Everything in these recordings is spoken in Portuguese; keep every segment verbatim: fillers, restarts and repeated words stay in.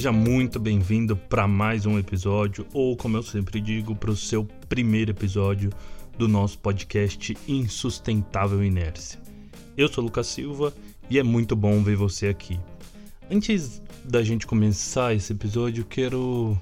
Seja muito bem-vindo para mais um episódio, ou como eu sempre digo, para o seu primeiro episódio do nosso podcast Insustentável Inércia. Eu sou o Lucas Silva e é muito bom ver você aqui. Antes da gente começar esse episódio, quero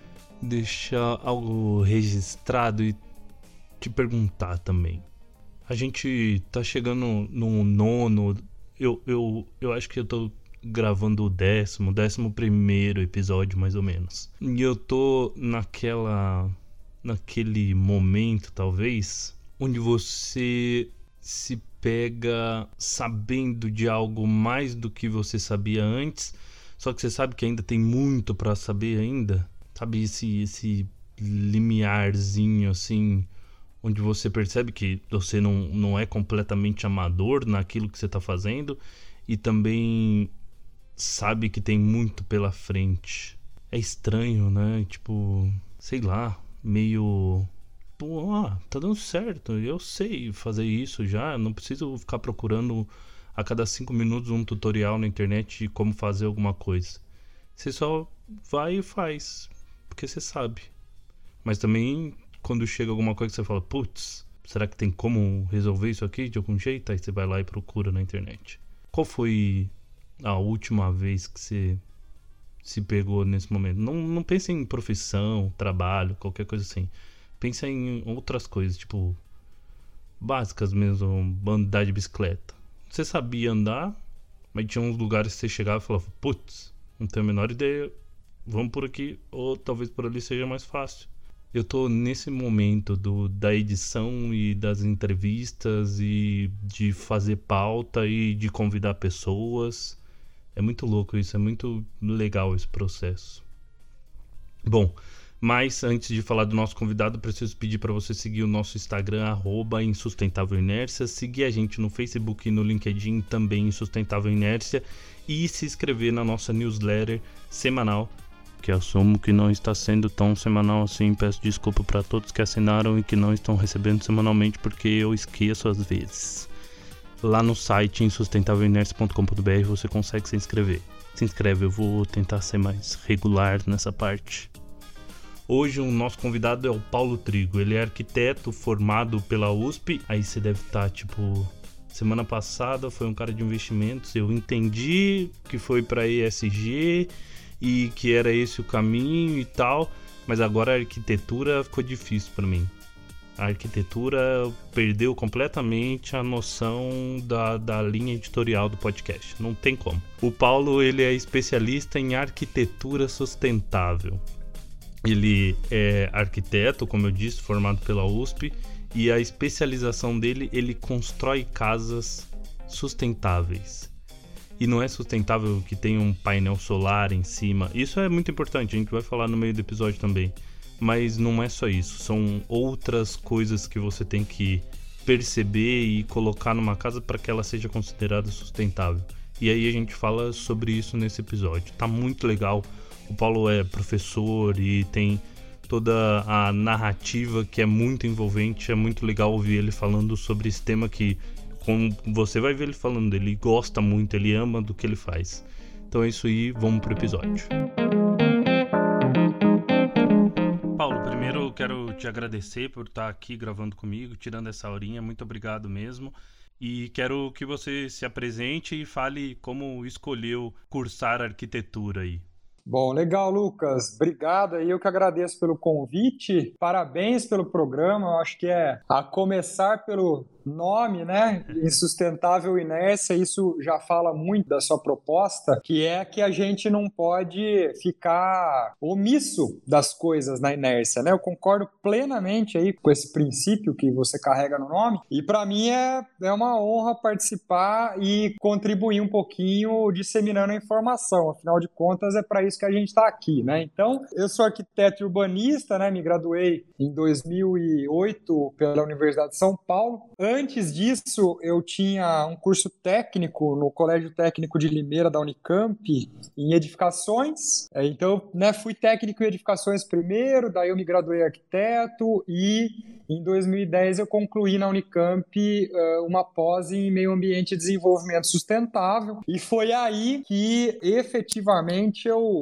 deixar algo registrado e te perguntar também. A gente tá chegando no nono, eu, eu, eu acho que eu tô gravando o décimo, décimo primeiro episódio mais ou menos. E eu tô naquela, naquele momento talvez, onde você se pega sabendo de algo mais do que você sabia antes, só que você sabe que ainda tem muito pra saber ainda. Sabe esse, esse limiarzinho assim, onde você percebe que você não, não é completamente amador naquilo que você tá fazendo e também sabe que tem muito pela frente. É estranho, né? Tipo, sei lá, meio... Pô, ah, tá dando certo, eu sei fazer isso já, não preciso ficar procurando a cada cinco minutos um tutorial na internet de como fazer alguma coisa. Você só vai e faz, porque você sabe. Mas também, quando chega alguma coisa que você fala, putz, será que tem como resolver isso aqui de algum jeito? Aí você vai lá e procura na internet. Qual foi a última vez que você se pegou nesse momento? Não, não pense em profissão, trabalho, qualquer coisa assim. Pensa em outras coisas, tipo, básicas mesmo, andar de bicicleta. Você sabia andar, mas tinha uns lugares que você chegava e falava, putz, não tenho a menor ideia, vamos por aqui, ou talvez por ali seja mais fácil. Eu tô nesse momento do, da edição e das entrevistas e de fazer pauta e de convidar pessoas. É muito louco isso, é muito legal esse processo. Bom, mas antes de falar do nosso convidado, preciso pedir para você seguir o nosso Instagram, arroba Insustentável Inércia, seguir a gente no Facebook e no LinkedIn, também Insustentável Inércia, e se inscrever na nossa newsletter semanal, que assumo que não está sendo tão semanal assim. Peço desculpa para todos que assinaram e que não estão recebendo semanalmente, porque eu esqueço às vezes. Lá no site insustentável inércia ponto com ponto b r você consegue se inscrever. Se inscreve, eu vou tentar ser mais regular nessa parte. Hoje o nosso convidado é o Paulo Trigo. Ele é arquiteto formado pela U S P. Aí você deve estar tipo... Semana passada foi um cara de investimentos. Eu entendi que foi para E S G e que era esse o caminho e tal. Mas agora a arquitetura ficou difícil para mim. A arquitetura perdeu completamente a noção da, da linha editorial do podcast. Não tem como. O Paulo, ele é especialista em arquitetura sustentável. Ele é arquiteto, como eu disse, formado pela U S P, e a especialização dele, ele constrói casas sustentáveis. E não é sustentável que tenha um painel solar em cima. Isso é muito importante, a gente vai falar no meio do episódio também. Mas não é só isso, são outras coisas que você tem que perceber e colocar numa casa para que ela seja considerada sustentável. E aí a gente fala sobre isso nesse episódio. Tá muito legal. O Paulo é professor e tem toda a narrativa que é muito envolvente. É muito legal ouvir ele falando sobre esse tema que, como você vai ver ele falando, ele gosta muito, ele ama do que ele faz. Então é isso aí, vamos pro episódio. Paulo, primeiro eu quero te agradecer por estar aqui gravando comigo, tirando essa horinha. Muito obrigado mesmo. E quero que você se apresente e fale como escolheu cursar arquitetura aí. Bom, legal, Lucas. Obrigado aí, eu que agradeço pelo convite. Parabéns pelo programa. Eu acho que é a começar pelo nome, né? Insustentável Inércia, isso já fala muito da sua proposta, que é que a gente não pode ficar omisso das coisas na inércia, né? Eu concordo plenamente aí com esse princípio que você carrega no nome, e para mim é, é uma honra participar e contribuir um pouquinho disseminando a informação. Afinal de contas, é para isso que a gente está aqui, né? Então, eu sou arquiteto e urbanista, né? Me graduei em dois mil e oito pela Universidade de São Paulo. Antes disso, eu tinha um curso técnico no Colégio Técnico de Limeira da Unicamp em edificações. Então, né, fui técnico em edificações primeiro, daí eu me graduei arquiteto e em dois mil e dez eu concluí na Unicamp uh, uma pós em meio ambiente e desenvolvimento sustentável. E foi aí que efetivamente eu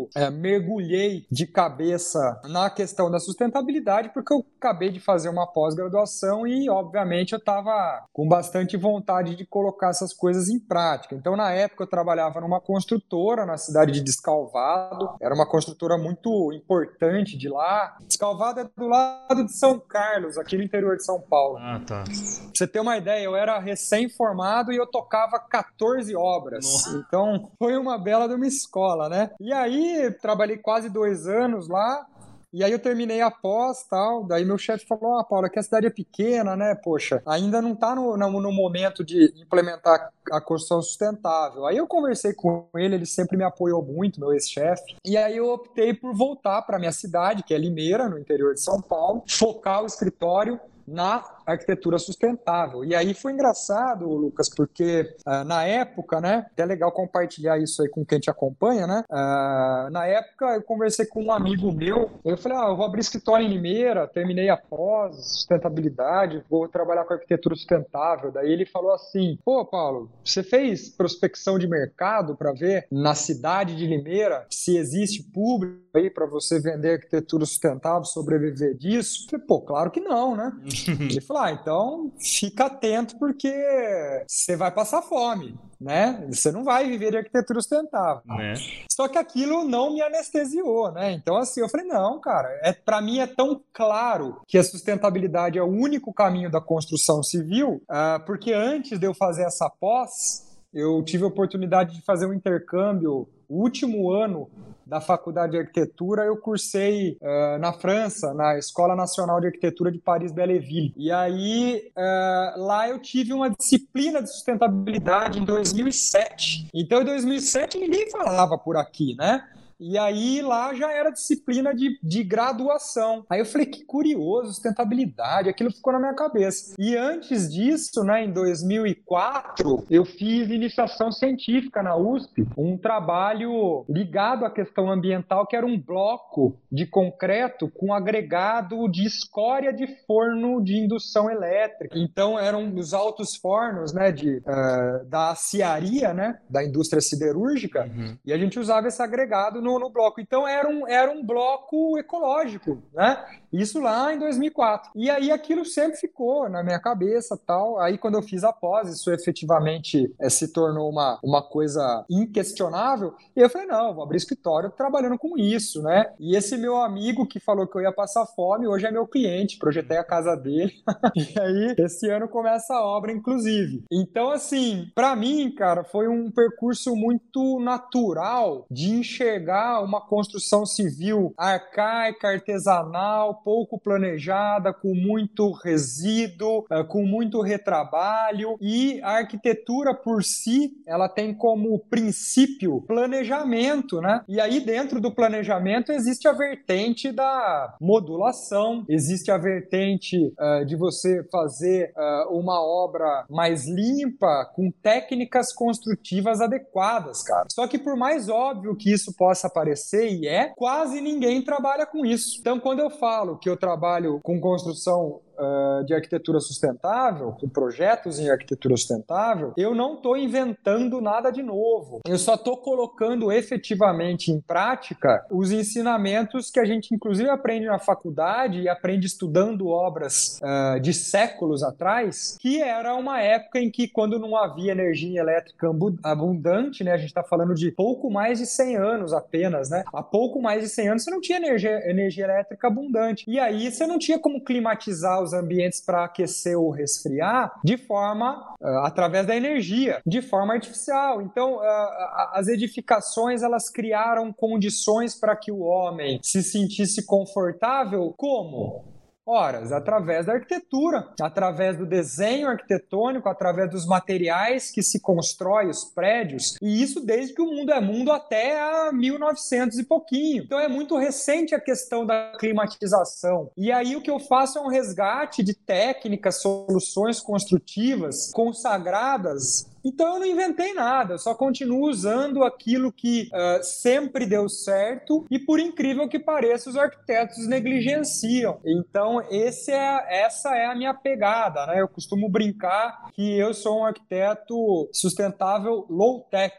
eu é, mergulhei de cabeça na questão da sustentabilidade, porque eu acabei de fazer uma pós-graduação e, obviamente, eu estava com bastante vontade de colocar essas coisas em prática. Então, na época, eu trabalhava numa construtora na cidade de Descalvado, era uma construtora muito importante de lá. Descalvado é do lado de São Carlos, aqui no interior de São Paulo. Ah, tá. Pra você ter uma ideia, eu era recém-formado e eu tocava quatorze obras. Nossa. Então, foi uma bela de uma escola, né? E aí, trabalhei quase dois anos lá. E aí eu terminei a pós e tal, daí meu chefe falou, ah, Paulo, aqui a cidade é pequena, né, poxa, ainda não tá no, no, no momento de implementar a construção sustentável. Aí eu conversei com ele, ele sempre me apoiou muito, meu ex-chefe, e aí eu optei por voltar para minha cidade, que é Limeira, no interior de São Paulo, focar o escritório na arquitetura sustentável. E aí foi engraçado, Lucas, porque uh, na época, né, é legal compartilhar isso aí com quem te acompanha, né, uh, na época eu conversei com um amigo meu, eu falei, ah, eu vou abrir escritório em Limeira, terminei a pós, sustentabilidade, vou trabalhar com arquitetura sustentável. Daí ele falou assim, pô, Paulo, você fez prospecção de mercado para ver na cidade de Limeira se existe público aí para você vender arquitetura sustentável, sobreviver disso? Eu falei, pô, claro que não, né? Ele falou, ah, então fica atento porque você vai passar fome, né? Você não vai viver de arquitetura sustentável. Né? Só que aquilo não me anestesiou, né? Então, assim, eu falei, não, cara, é, pra mim é tão claro que a sustentabilidade é o único caminho da construção civil, uh, porque antes de eu fazer essa pós, eu tive a oportunidade de fazer um intercâmbio, o último ano da Faculdade de Arquitetura, eu cursei uh, na França, na Escola Nacional de Arquitetura de Paris-Belleville. E aí, uh, lá eu tive uma disciplina de sustentabilidade em dois mil e sete. Então, em dois mil e sete, ninguém falava por aqui, né? E aí lá já era disciplina de, de graduação. Aí eu falei, que curioso, sustentabilidade, aquilo ficou na minha cabeça. E antes disso, né, em dois mil e quatro, eu fiz iniciação científica na U S P, um trabalho ligado à questão ambiental, que era um bloco de concreto com agregado de escória de forno de indução elétrica. Então eram os altos fornos, né, de, uh, da aciaria, né, da indústria siderúrgica, uhum. E a gente usava esse agregado no No, no bloco. Então era um, era um bloco ecológico, né? Isso lá em dois mil e quatro. E aí aquilo sempre ficou na minha cabeça, tal. Aí quando eu fiz a pós, isso efetivamente é, se tornou uma, uma coisa inquestionável. E eu falei, não, vou abrir escritório trabalhando com isso, né? E esse meu amigo que falou que eu ia passar fome, hoje é meu cliente, projetei a casa dele. E aí esse ano começa a obra, inclusive. Então, assim, pra mim, cara, foi um percurso muito natural de enxergar uma construção civil arcaica, artesanal, pouco planejada, com muito resíduo, com muito retrabalho, e a arquitetura por si, ela tem como princípio planejamento, né? E aí dentro do planejamento existe a vertente da modulação, existe a vertente uh, de você fazer uh, uma obra mais limpa, com técnicas construtivas adequadas, cara. Só que por mais óbvio que isso possa aparecer, e é, quase ninguém trabalha com isso. Então, quando eu falo que eu trabalho com construção Uh, de arquitetura sustentável, com projetos em arquitetura sustentável, eu não estou inventando nada de novo. Eu só estou colocando efetivamente em prática os ensinamentos que a gente inclusive aprende na faculdade e aprende estudando obras uh, de séculos atrás, que era uma época em que, quando não havia energia elétrica abundante, né, a gente está falando de pouco mais de cem anos apenas, né? Há pouco mais de cem anos você não tinha energia, energia elétrica abundante. E aí você não tinha como climatizar os ambientes para aquecer ou resfriar de forma, uh, através da energia, de forma artificial. Então, uh, as edificações, elas criaram condições para que o homem se sentisse confortável. Como? Ora, através da arquitetura, através do desenho arquitetônico, através dos materiais que se constrói os prédios, e isso desde que o mundo é mundo até a mil e novecentos e pouquinho. Então é muito recente a questão da climatização. E aí o que eu faço é um resgate de técnicas, soluções construtivas consagradas. Então eu não inventei nada, eu só continuo usando aquilo que uh, sempre deu certo e, por incrível que pareça, os arquitetos negligenciam. Então esse é, essa é a minha pegada, né? Eu costumo brincar que eu sou um arquiteto sustentável low-tech.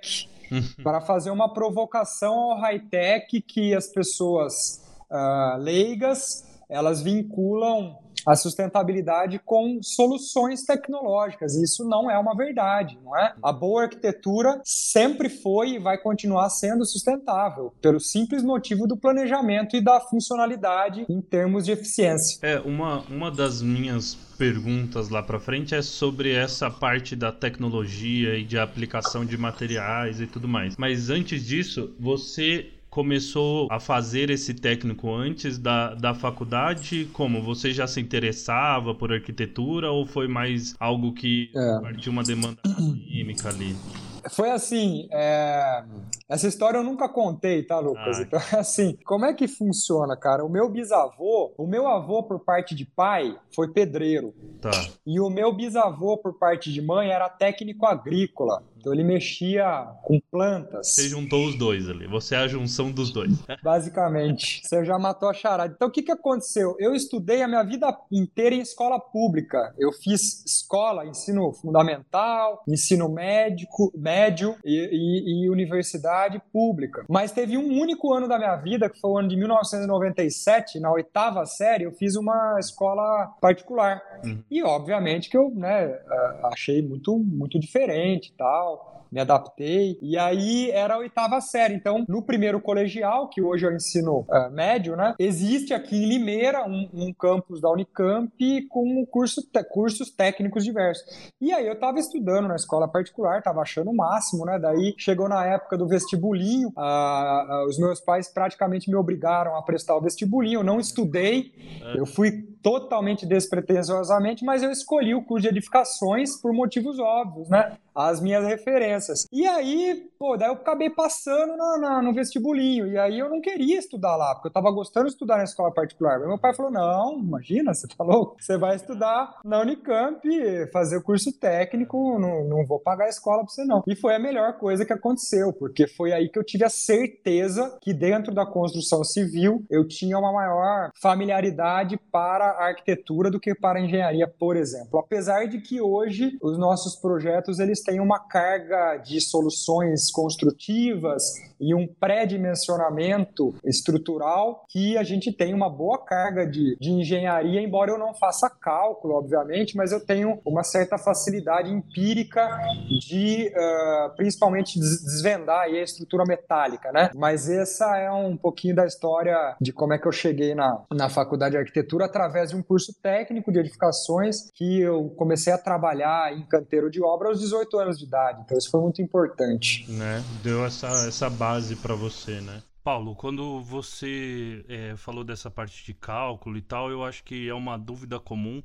para fazer uma provocação ao high-tech que as pessoas uh, leigas, elas vinculam a sustentabilidade com soluções tecnológicas, e isso não é uma verdade, não é? A boa arquitetura sempre foi e vai continuar sendo sustentável, pelo simples motivo do planejamento e da funcionalidade em termos de eficiência. É, uma, uma das minhas perguntas lá para frente é sobre essa parte da tecnologia e de aplicação de materiais e tudo mais. Mas antes disso, você começou a fazer esse técnico antes da, da faculdade? Como? Você já se interessava por arquitetura ou foi mais algo que é. partiu uma demanda acadêmica ali? Foi assim, é... essa história eu nunca contei, tá, Lucas? Ah. Então, assim, como é que funciona, cara? O meu bisavô, o meu avô por parte de pai foi pedreiro. Tá. E o meu bisavô por parte de mãe era técnico agrícola. Então ele mexia com plantas. Você juntou os dois ali, você é a junção dos dois. Basicamente, você já matou a charada. Então o que, que aconteceu? Eu estudei a minha vida inteira em escola pública. Eu fiz escola, ensino fundamental, ensino médico, médio e, e, e universidade pública. Mas teve um único ano da minha vida, que foi o ano de mil novecentos e noventa e sete, na oitava série, eu fiz uma escola particular. Uhum. E obviamente que eu, né, achei muito, muito diferente e tal. Me adaptei, e aí era a oitava série. Então, no primeiro colegial, que hoje eu ensino uh, médio, né, existe aqui em Limeira um, um campus da Unicamp com curso te- cursos técnicos diversos. E aí eu tava estudando na escola particular, tava achando o máximo, né? Daí chegou na época do vestibulinho, uh, uh, os meus pais praticamente me obrigaram a prestar o vestibulinho. Eu não estudei, eu fui totalmente despretensiosamente, mas eu escolhi o curso de edificações por motivos óbvios, né? As minhas referências. E aí, pô, daí eu acabei passando na, na, no vestibulinho, e aí eu não queria estudar lá, porque eu tava gostando de estudar na escola particular. Mas meu pai falou, não, imagina, você tá louco? Você vai estudar na Unicamp, fazer o curso técnico, não, não vou pagar a escola pra você não. E foi a melhor coisa que aconteceu, porque foi aí que eu tive a certeza que dentro da construção civil eu tinha uma maior familiaridade para a arquitetura do que para a engenharia, por exemplo. Apesar de que hoje os nossos projetos eles têm uma carga de soluções construtivas e um pré-dimensionamento estrutural que a gente tem uma boa carga de, de engenharia, embora eu não faça cálculo, obviamente, mas eu tenho uma certa facilidade empírica de, uh, principalmente, desvendar aí a estrutura metálica, né? Mas essa é um pouquinho da história de como é que eu cheguei na, na faculdade de arquitetura através de um curso técnico de edificações que eu comecei a trabalhar em canteiro de obra aos dezoito anos de idade. Então isso foi muito importante. Né? Deu essa, essa base para você, né? Paulo, quando você é, falou dessa parte de cálculo e tal, eu acho que é uma dúvida comum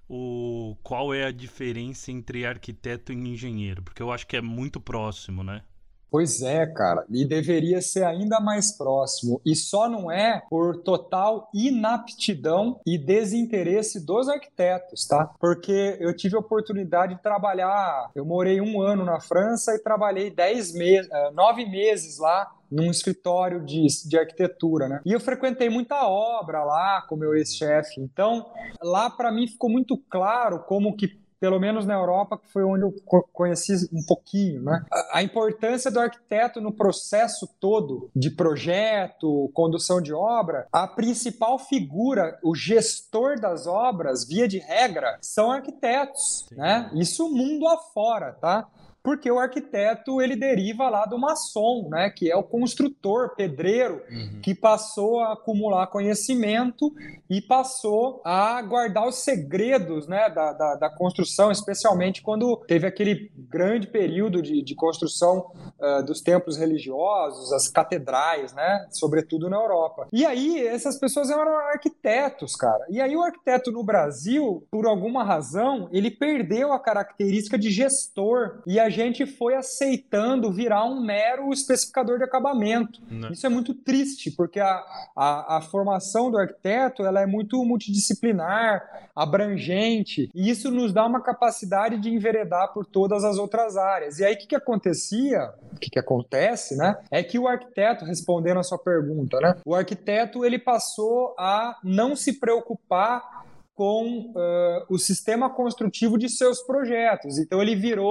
o qual é a diferença entre arquiteto e engenheiro, porque eu acho que é muito próximo, né? Pois é, cara, e deveria ser ainda mais próximo, e só não é por total inaptidão e desinteresse dos arquitetos, tá? Porque eu tive a oportunidade de trabalhar, eu morei um ano na França e trabalhei dez meses, nove meses lá, num escritório de, de arquitetura, né? E eu frequentei muita obra lá com meu ex-chefe, então lá para mim ficou muito claro como que pelo menos na Europa, que foi onde eu conheci um pouquinho, né? A importância do arquiteto no processo todo de projeto, condução de obra, a principal figura, o gestor das obras, via de regra, são arquitetos, né? Isso mundo afora, tá? Porque o arquiteto, ele deriva lá do maçom, né? Que é o construtor, pedreiro, uhum. que passou a acumular conhecimento e passou a guardar os segredos, né? da, da, da construção, especialmente quando teve aquele grande período de, de construção uh, dos templos religiosos, as catedrais, né? Sobretudo na Europa. E aí, essas pessoas eram arquitetos, cara. E aí o arquiteto no Brasil, por alguma razão, ele perdeu a característica de gestor e a gente foi aceitando virar um mero especificador de acabamento. Não. Isso é muito triste, porque a, a, a formação do arquiteto ela é muito multidisciplinar, abrangente, e isso nos dá uma capacidade de enveredar por todas as outras áreas. E aí o que, que acontecia, o que, que acontece, né, é que o arquiteto, respondendo a sua pergunta, né, o arquiteto ele passou a não se preocupar com uh, o sistema construtivo de seus projetos. Então ele virou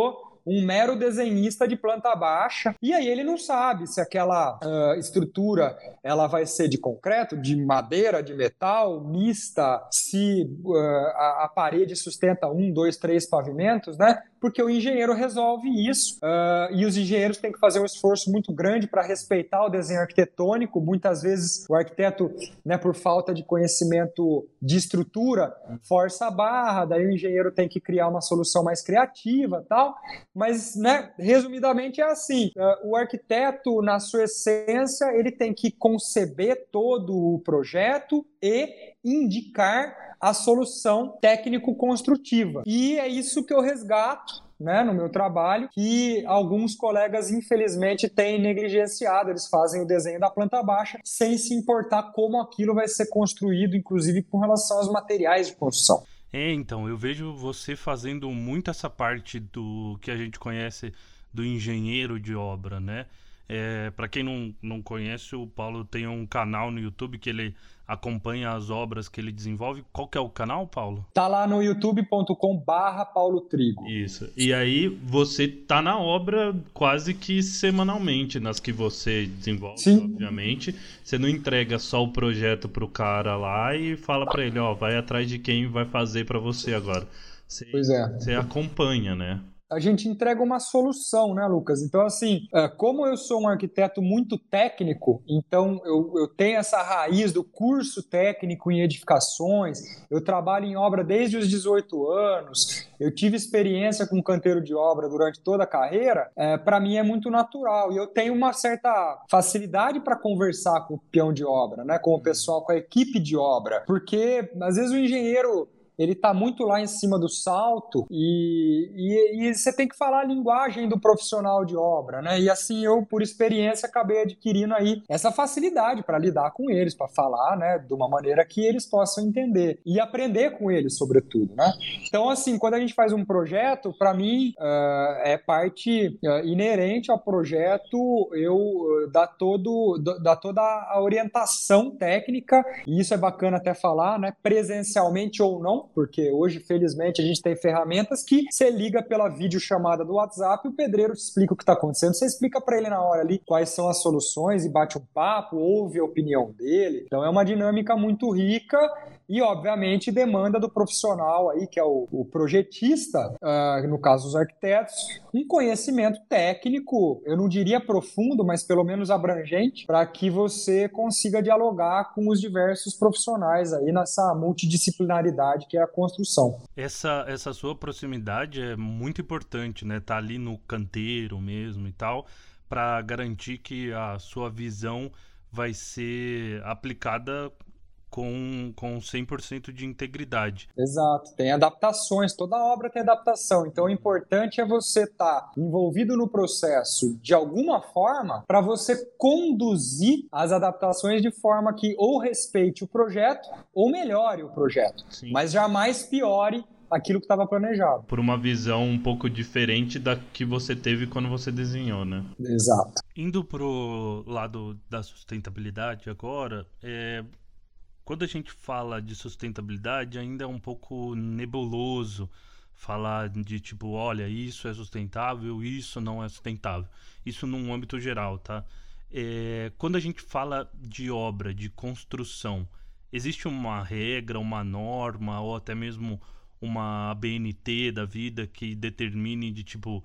um mero desenhista de planta baixa, e aí ele não sabe se aquela uh, estrutura ela vai ser de concreto, de madeira, de metal, mista, se uh, a, a parede sustenta um, dois, três pavimentos, né? Porque o engenheiro resolve isso uh, e os engenheiros têm que fazer um esforço muito grande para respeitar o desenho arquitetônico. Muitas vezes o arquiteto, né, por falta de conhecimento de estrutura, força a barra, daí o engenheiro tem que criar uma solução mais criativa e tal. Mas, né, resumidamente é assim, uh, o arquiteto, na sua essência, ele tem que conceber todo o projeto e indicar a solução técnico-construtiva. E é isso que eu resgato, né, no meu trabalho, que alguns colegas, infelizmente, têm negligenciado. Eles fazem o desenho da planta baixa sem se importar como aquilo vai ser construído, inclusive com relação aos materiais de construção. É, então, eu vejo você fazendo muito essa parte do que a gente conhece do engenheiro de obra, né? É, para quem não, não conhece, o Paulo tem um canal no YouTube que ele acompanha as obras que ele desenvolve. Qual que é o canal, Paulo? Tá lá no youtube ponto com barra Paulo Trigo. Isso. E aí você tá na obra quase que semanalmente, nas que você desenvolve, Sim. obviamente. Você não entrega só o projeto pro cara lá e fala para ele, ó, vai atrás de quem vai fazer para você agora. Você, pois é. Você acompanha, né? A gente entrega uma solução, né, Lucas? Então, assim, como eu sou um arquiteto muito técnico, então eu, eu tenho essa raiz do curso técnico em edificações, eu trabalho em obra desde os dezoito anos, eu tive experiência com canteiro de obra durante toda a carreira, é, para mim é muito natural. E eu tenho uma certa facilidade para conversar com o peão de obra, né, com o pessoal, com a equipe de obra, porque às vezes o engenheiro ele está muito lá em cima do salto e, e, e você tem que falar a linguagem do profissional de obra, né? E assim eu, por experiência, acabei adquirindo aí essa facilidade para lidar com eles, para falar, né, de uma maneira que eles possam entender e aprender com eles, sobretudo, né? Então, assim, quando a gente faz um projeto, para mim, uh, é parte uh, inerente ao projeto eu uh, dar, todo, dar toda a orientação técnica, e isso é bacana até falar, né, presencialmente ou não, porque hoje, felizmente, a gente tem ferramentas que você liga pela videochamada do WhatsApp e o pedreiro te explica o que está acontecendo, você explica para ele na hora ali quais são as soluções e bate um papo, ouve a opinião dele. Então é uma dinâmica muito rica e, obviamente, demanda do profissional aí, que é o, o projetista, uh, no caso os arquitetos, um conhecimento técnico, eu não diria profundo, mas pelo menos abrangente, para que você consiga dialogar com os diversos profissionais aí nessa multidisciplinaridade que é a construção. Essa, essa sua proximidade é muito importante, né? Tá ali no canteiro mesmo e tal, para garantir que a sua visão vai ser aplicada com, com cem por cento de integridade. Exato, tem adaptações, toda obra tem adaptação, então o importante é você estar envolvido no processo de alguma forma para você conduzir as adaptações de forma que ou respeite o projeto ou melhore o projeto, Sim. mas jamais piore aquilo que estava planejado. Por uma visão um pouco diferente da que você teve quando você desenhou, né? Exato. Indo pro lado da sustentabilidade agora, é... quando a gente fala de sustentabilidade, ainda é um pouco nebuloso falar de tipo, olha, isso é sustentável, isso não é sustentável. Isso num âmbito geral, tá? É, quando a gente fala de obra, de construção, existe uma regra, uma norma ou até mesmo uma B N T da vida que determine de tipo...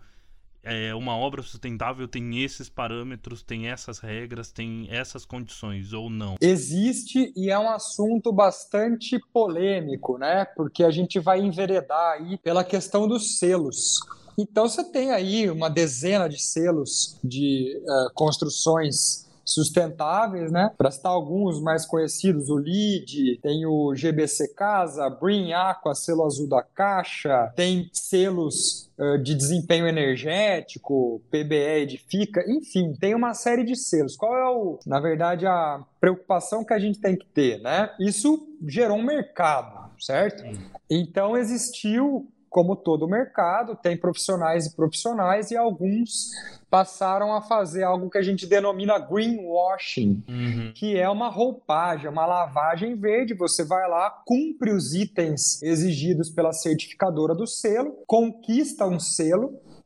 É, uma obra sustentável tem esses parâmetros, tem essas regras, tem essas condições, ou não? Existe, e é um assunto bastante polêmico, né? Porque a gente vai enveredar aí pela questão dos selos. Então você tem aí uma dezena de selos de uh, construções sustentáveis, né? Para citar alguns mais conhecidos, o LEED, tem o G B C Casa, BREEAM Aqua, selo azul da Caixa, tem selos uh, de desempenho energético, P B E Edifica, enfim, tem uma série de selos. Qual é, o, na verdade, a preocupação que a gente tem que ter, né? Isso gerou um mercado, certo? Sim. Então existiu, como todo mercado, tem profissionais e profissionais e alguns passaram a fazer algo que a gente denomina greenwashing, uhum. que é uma roupagem, uma lavagem verde. Você vai lá, cumpre os itens exigidos pela certificadora do selo, conquista um selo,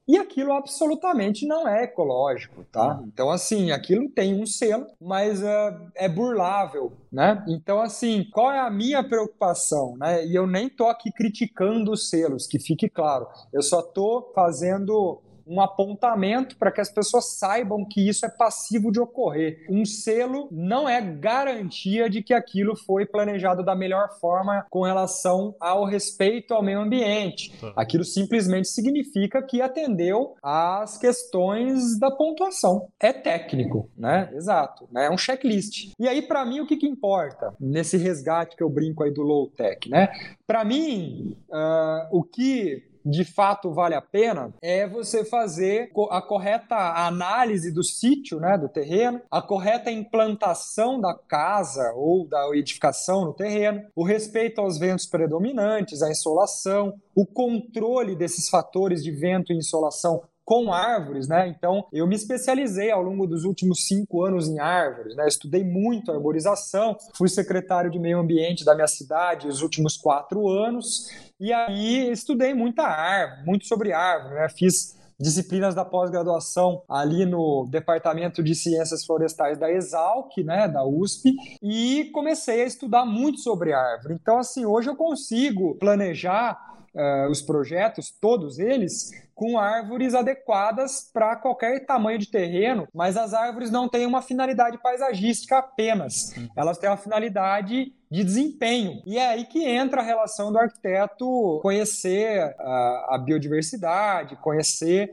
E aquilo absolutamente não é ecológico, tá? Então, assim, aquilo tem um selo, mas uh, é burlável, né? Então, assim, qual é a minha preocupação, né? E eu nem tô aqui criticando os selos, que fique claro. Eu só tô fazendo um apontamento para que as pessoas saibam que isso é passivo de ocorrer. Um selo não é garantia de que aquilo foi planejado da melhor forma com relação ao respeito ao meio ambiente. Aquilo simplesmente significa que atendeu às questões da pontuação. É técnico, né? Exato. É um checklist. E aí, para mim, o que, que importa nesse resgate que eu brinco aí do low-tech, né? Para mim, uh, o que de fato vale a pena é você fazer a correta análise do sítio, né, do terreno, a correta implantação da casa ou da edificação no terreno, o respeito aos ventos predominantes, a insolação, o controle desses fatores de vento e insolação com árvores, né? Então, eu me especializei ao longo dos últimos cinco anos em árvores, né? Estudei muito arborização, fui secretário de meio ambiente da minha cidade os últimos quatro anos, e aí estudei muita árvore, muito sobre árvore, né? Fiz disciplinas da pós-graduação ali no Departamento de Ciências Florestais da Exalc, né, da U S P, e comecei a estudar muito sobre árvore. Então, assim, hoje eu consigo planejar uh, os projetos, todos eles, com árvores adequadas para qualquer tamanho de terreno, mas as árvores não têm uma finalidade paisagística apenas, elas têm uma finalidade de desempenho. E é aí que entra a relação do arquiteto conhecer a, a biodiversidade, conhecer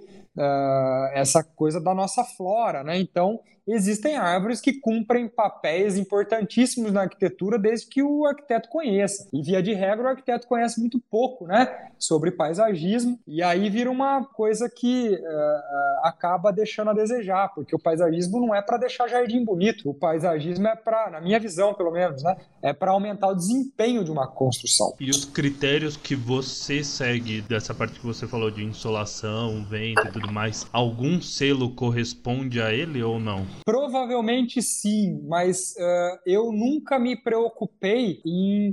uh, essa coisa da nossa flora, né? Então, existem árvores que cumprem papéis importantíssimos na arquitetura desde que o arquiteto conheça. E, via de regra, o arquiteto conhece muito pouco, né, sobre paisagismo, e aí vira uma coisa que uh, acaba deixando a desejar, porque o paisagismo não é para deixar jardim bonito, o paisagismo é para, na minha visão pelo menos, né, é para aumentar o desempenho de uma construção. E os critérios que você segue dessa parte que você falou de insolação, vento e tudo mais, algum selo corresponde a ele ou não? Provavelmente sim, mas uh, eu nunca me preocupei em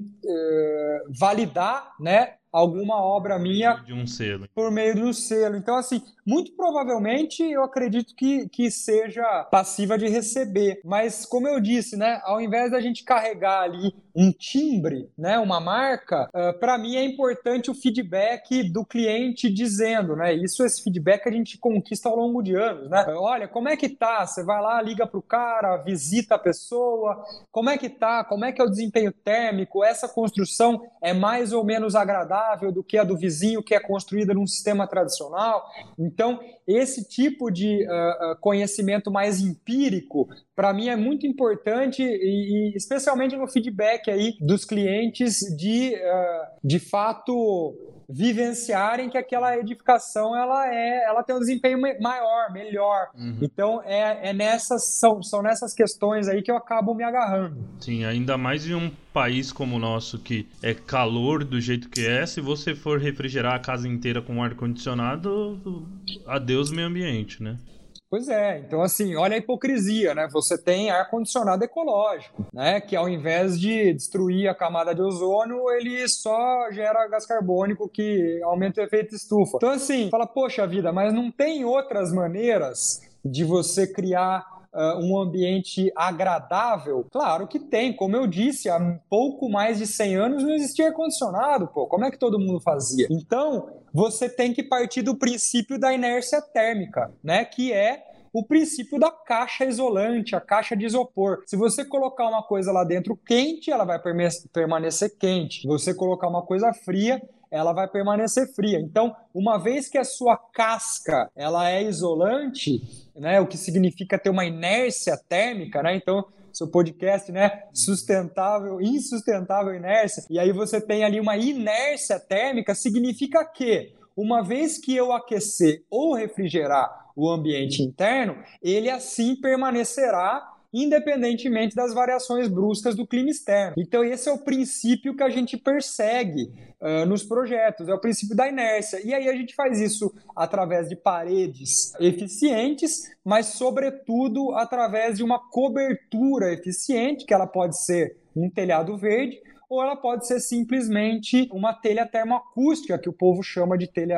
uh, validar, né, alguma obra minha de um selo. por meio de um selo. Então, assim, muito provavelmente eu acredito que, que seja passiva de receber. Mas, como eu disse, né, ao invés da gente carregar ali um timbre, né, uma marca, uh, para mim é importante o feedback do cliente dizendo, né, isso, esse feedback a gente conquista ao longo de anos, né? Olha, como é que tá? Você vai lá, liga pro cara, visita a pessoa, como é que tá? Como é que é o desempenho térmico? Essa construção é mais ou menos agradável do que a do vizinho que é construída num sistema tradicional? Então, esse tipo de uh, conhecimento mais empírico, para mim é muito importante, e, e especialmente no feedback aí dos clientes de, uh, de fato, vivenciarem que aquela edificação ela, é, ela tem um desempenho maior, melhor. Uhum. Então, é, é nessas, são, são nessas questões aí que eu acabo me agarrando. Sim, ainda mais em um país como o nosso, que é calor do jeito que é, se você for refrigerar a casa inteira com ar-condicionado, adeus meio ambiente, né? Pois é, então assim, olha a hipocrisia, né? Você tem ar-condicionado ecológico, né? Que ao invés de destruir a camada de ozônio, ele só gera gás carbônico que aumenta o efeito estufa. Então assim, fala, poxa vida, mas não tem outras maneiras de você criar Uh, um ambiente agradável? Claro que tem, como eu disse, há pouco mais de cem anos não existia ar-condicionado, pô, como é que todo mundo fazia? Então, você tem que partir do princípio da inércia térmica, né, que é o princípio da caixa isolante, a caixa de isopor. Se você colocar uma coisa lá dentro quente, ela vai permanecer quente. Se você colocar uma coisa fria, ela vai permanecer fria. Então, uma vez que a sua casca ela é isolante, né, o que significa ter uma inércia térmica, né? Então, seu podcast, né, sustentável, insustentável inércia, e aí você tem ali uma inércia térmica, significa que uma vez que eu aquecer ou refrigerar o ambiente interno, ele assim permanecerá independentemente das variações bruscas do clima externo. Então esse é o princípio que a gente persegue uh, nos projetos, é o princípio da inércia. E aí a gente faz isso através de paredes eficientes, mas sobretudo através de uma cobertura eficiente, que ela pode ser um telhado verde, ou ela pode ser simplesmente uma telha termoacústica, que o povo chama de telha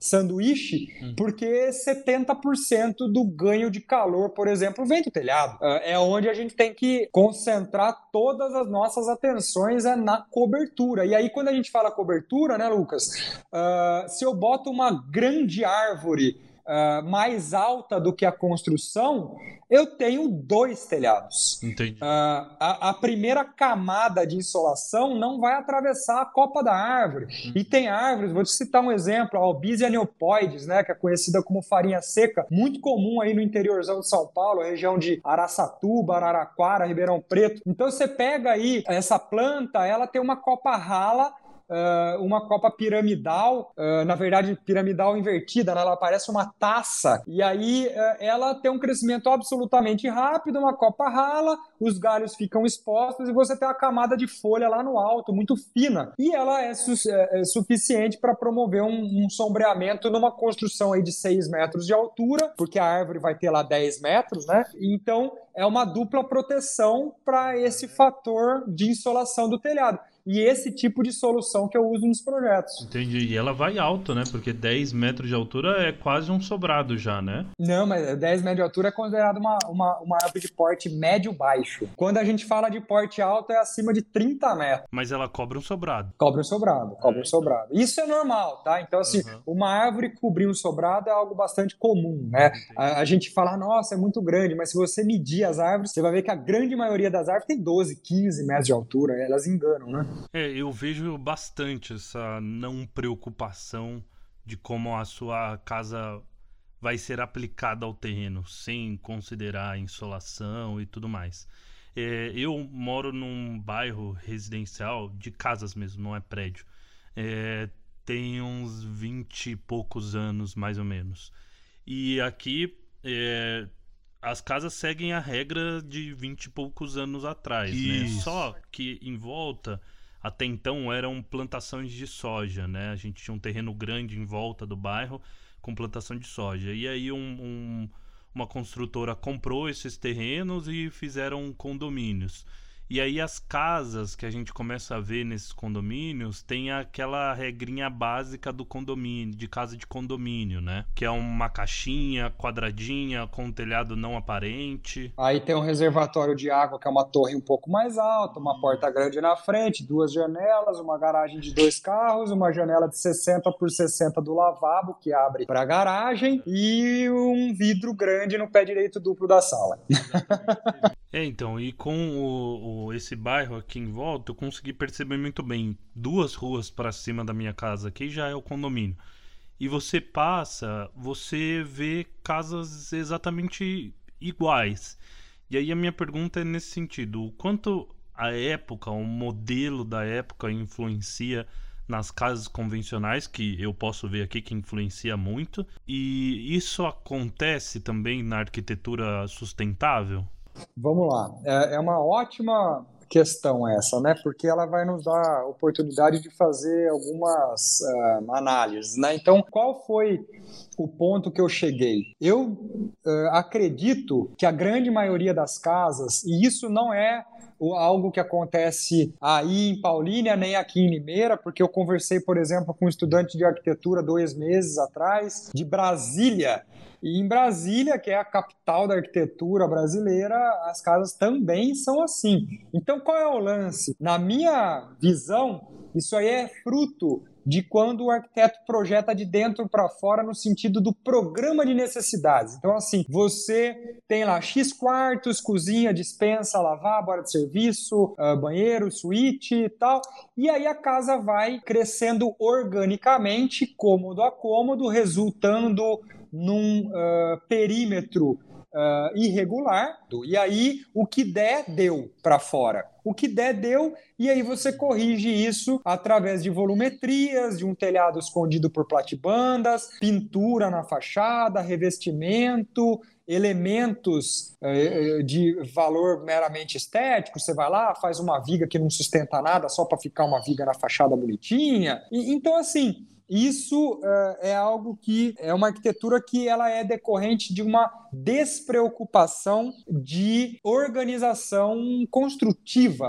sanduíche, hum. porque setenta por cento do ganho de calor, por exemplo, vem do telhado. É onde a gente tem que concentrar todas as nossas atenções é na cobertura. E aí, quando a gente fala cobertura, né, Lucas? Uh, se eu boto uma grande árvore Uh, mais alta do que a construção, eu tenho dois telhados. Entendi. Uh, a, a primeira camada de insolação não vai atravessar a copa da árvore. Hum. E tem árvores, vou te citar um exemplo, a Albizia neopoides, né, que é conhecida como farinha seca, muito comum aí no interiorzão de São Paulo, região de Araçatuba, Araraquara, Ribeirão Preto. Então você pega aí essa planta, ela tem uma copa rala, Uh, uma copa piramidal, uh, na verdade piramidal invertida, né? Ela parece uma taça, e aí uh, ela tem um crescimento absolutamente rápido, uma copa rala, os galhos ficam expostos e você tem uma camada de folha lá no alto, muito fina, e ela é, su- é suficiente para promover um, um sombreamento numa construção aí de seis metros de altura, porque a árvore vai ter lá dez metros, né? Então é uma dupla proteção para esse fator de insolação do telhado. E esse tipo de solução que eu uso nos projetos. Entendi. E ela vai alto, né? Porque dez metros de altura é quase um sobrado já, né? Não, mas dez metros de altura é considerado uma, uma, uma árvore de porte médio-baixo. Quando a gente fala de porte alto, é acima de trinta metros. Mas ela cobre um sobrado. Cobre um sobrado, cobre um sobrado. Isso é normal, tá? Então, assim, uhum. uma árvore cobrir um sobrado é algo bastante comum, né? A, a gente fala, nossa, é muito grande, mas se você medir as árvores, você vai ver que a grande maioria das árvores tem doze, quinze metros de altura. Elas enganam, né? É, eu vejo bastante essa não preocupação de como a sua casa vai ser aplicada ao terreno, sem considerar a insolação e tudo mais. É, eu moro num bairro residencial de casas mesmo, não é prédio. É, tem uns vinte e poucos anos, mais ou menos. E aqui é, as casas seguem a regra de vinte e poucos anos atrás, né? Só que em volta, até então, eram plantações de soja, né? A gente tinha um terreno grande em volta do bairro com plantação de soja. E aí um, um, uma construtora comprou esses terrenos e fizeram condomínios. E aí as casas que a gente começa a ver nesses condomínios tem aquela regrinha básica do condomínio, de casa de condomínio, né? Que é uma caixinha quadradinha com um telhado não aparente. Aí tem um reservatório de água que é uma torre um pouco mais alta, uma porta grande na frente, duas janelas, uma garagem de dois carros, uma janela de sessenta por sessenta do lavabo que abre para a garagem e um vidro grande no pé direito duplo da sala. É, então, e com o, o, esse bairro aqui em volta, eu consegui perceber muito bem. Duas ruas para cima da minha casa aqui já é o condomínio. E você passa, você vê casas exatamente iguais. E aí a minha pergunta é nesse sentido: o quanto a época, o modelo da época influencia nas casas convencionais, que eu posso ver aqui que influencia muito. E isso acontece também na arquitetura sustentável? Vamos lá, é uma ótima questão essa, né? Porque ela vai nos dar a oportunidade de fazer algumas uh, análises, né? Então, qual foi o ponto que eu cheguei? Eu uh, acredito que a grande maioria das casas, e isso não é algo que acontece aí em Paulínia, nem aqui em Limeira, porque eu conversei, por exemplo, com um estudante de arquitetura dois meses atrás, de Brasília. E em Brasília, que é a capital da arquitetura brasileira, as casas também são assim. Então, qual é o lance? Na minha visão, isso aí é fruto de quando o arquiteto projeta de dentro para fora no sentido do programa de necessidades. Então, assim, você tem lá X quartos, cozinha, despensa, lavabo, área de serviço, uh, banheiro, suíte e tal, e aí a casa vai crescendo organicamente, cômodo a cômodo, resultando num uh, perímetro Uh, irregular, e aí o que der, deu para fora. O que der, deu, e aí você corrige isso através de volumetrias, de um telhado escondido por platibandas, pintura na fachada, revestimento, elementos uh, de valor meramente estético. Você vai lá, faz uma viga que não sustenta nada só para ficar uma viga na fachada bonitinha. E, então, assim, isso uh, é algo que é uma arquitetura que ela é decorrente de uma despreocupação de organização construtiva.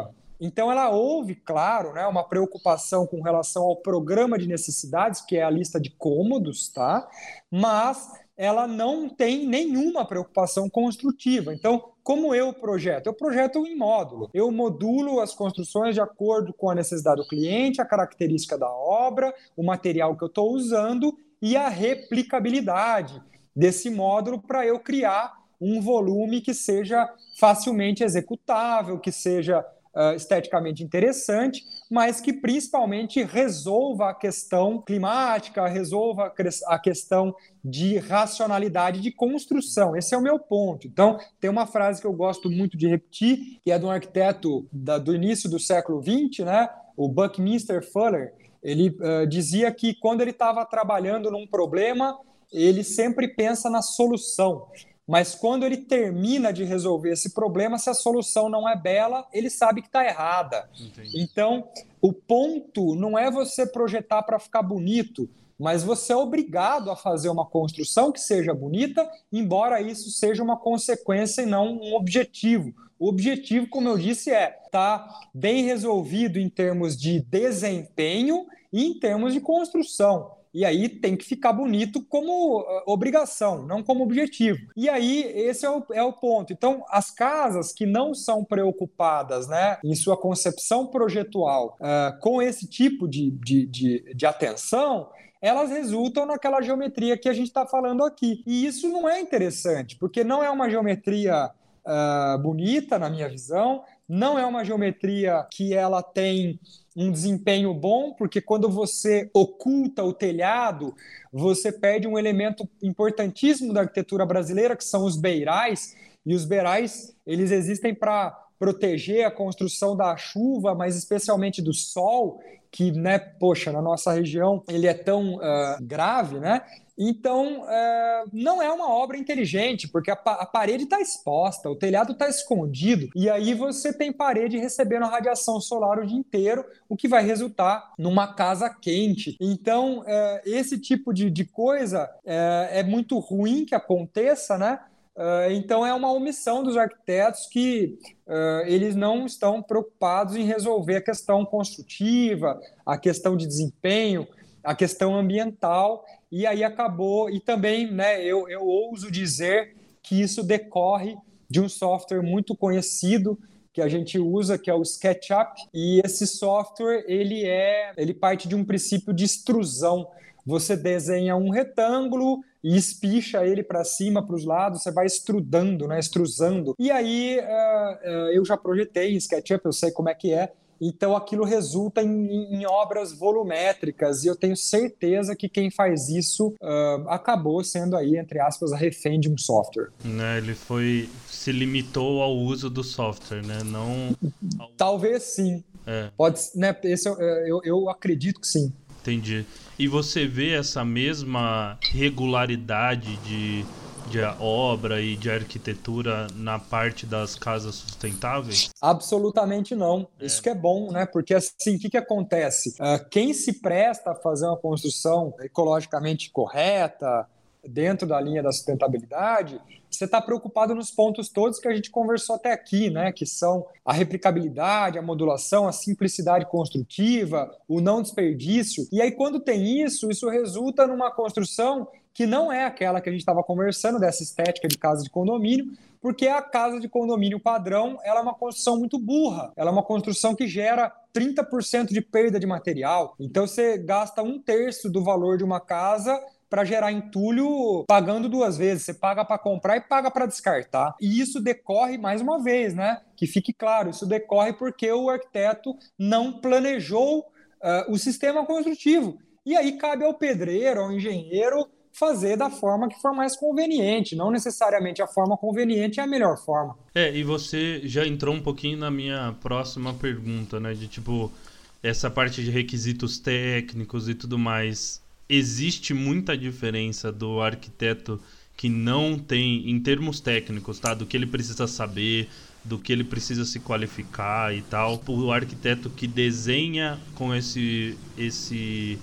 Então ela ouve, claro, né, uma preocupação com relação ao programa de necessidades, que é a lista de cômodos, tá? Mas ela não tem nenhuma preocupação construtiva. Então, como eu projeto? Eu projeto em módulo. Eu modulo as construções de acordo com a necessidade do cliente, a característica da obra, o material que eu estou usando e a replicabilidade desse módulo para eu criar um volume que seja facilmente executável, que seja Uh, esteticamente interessante, mas que principalmente resolva a questão climática, resolva a questão de racionalidade de construção. Esse é o meu ponto. Então, tem uma frase que eu gosto muito de repetir, que é de um arquiteto da, do início do século vinte, né? O Buckminster Fuller. Ele uh, dizia que quando ele estava trabalhando num problema, ele sempre pensa na solução. Mas quando ele termina de resolver esse problema, se a solução não é bela, ele sabe que está errada. Entendi. Então, o ponto não é você projetar para ficar bonito, mas você é obrigado a fazer uma construção que seja bonita, embora isso seja uma consequência e não um objetivo. O objetivo, como eu disse, é estar bem resolvido em termos de desempenho e em termos de construção. E aí tem que ficar bonito como uh, obrigação, não como objetivo. E aí esse é o, é o ponto. Então, as casas que não são preocupadas, né, em sua concepção projetual uh, com esse tipo de, de, de, de atenção, elas resultam naquela geometria que a gente está falando aqui. E isso não é interessante, porque não é uma geometria uh, bonita, na minha visão, não é uma geometria que ela tem um desempenho bom, porque quando você oculta o telhado, você perde um elemento importantíssimo da arquitetura brasileira, que são os beirais, e os beirais, eles existem para proteger a construção da chuva, mas especialmente do sol, que, né, poxa, na nossa região ele é tão uh, grave, né? Então, uh, não é uma obra inteligente, porque a, pa- a parede está exposta, o telhado está escondido, e aí você tem parede recebendo a radiação solar o dia inteiro, o que vai resultar numa casa quente. Então, uh, esse tipo de, de coisa uh, é muito ruim que aconteça, né? Uh, então é uma omissão dos arquitetos que uh, eles não estão preocupados em resolver a questão construtiva, a questão de desempenho, a questão ambiental, e aí acabou, e também, né, eu, eu ouso dizer que isso decorre de um software muito conhecido que a gente usa, que é o SketchUp, e esse software ele, é, ele parte de um princípio de extrusão. Você desenha um retângulo e espicha ele para cima, para os lados, você vai estrudando, né, extrusando. E aí uh, uh, eu já projetei em SketchUp, eu sei como é que é, então aquilo resulta em, em obras volumétricas, e eu tenho certeza que quem faz isso uh, acabou sendo aí, entre aspas, refém de um software. Né, ele foi, se limitou ao uso do software, né? Não ao... Talvez sim. É. Pode, né, esse eu, eu, eu acredito que sim. Entendi. E você vê essa mesma regularidade de, de obra e de arquitetura na parte das casas sustentáveis? Absolutamente não. É. Isso que é bom, né? Porque assim, o que, que acontece? Uh, quem se presta a fazer uma construção ecologicamente correta, dentro da linha da sustentabilidade, você está preocupado nos pontos todos que a gente conversou até aqui, né? Que são a replicabilidade, a modulação, a simplicidade construtiva, o não desperdício. E aí, quando tem isso, isso resulta numa construção que não é aquela que a gente estava conversando, dessa estética de casa de condomínio, porque a casa de condomínio padrão ela é uma construção muito burra, ela é uma construção que gera trinta por cento de perda de material. Então, você gasta um terço do valor de uma casa para gerar entulho pagando duas vezes. Você paga para comprar e paga para descartar. E isso decorre, mais uma vez, né? Que fique claro, isso decorre porque o arquiteto não planejou uh, o sistema construtivo. E aí cabe ao pedreiro, ao engenheiro, fazer da forma que for mais conveniente. Não necessariamente a forma conveniente é a melhor forma. É, e você já entrou um pouquinho na minha próxima pergunta, né? De tipo, essa parte de requisitos técnicos e tudo mais. Existe muita diferença do arquiteto que não tem, em termos técnicos, tá? Do que ele precisa saber, do que ele precisa se qualificar e tal. O arquiteto que desenha com esse, esse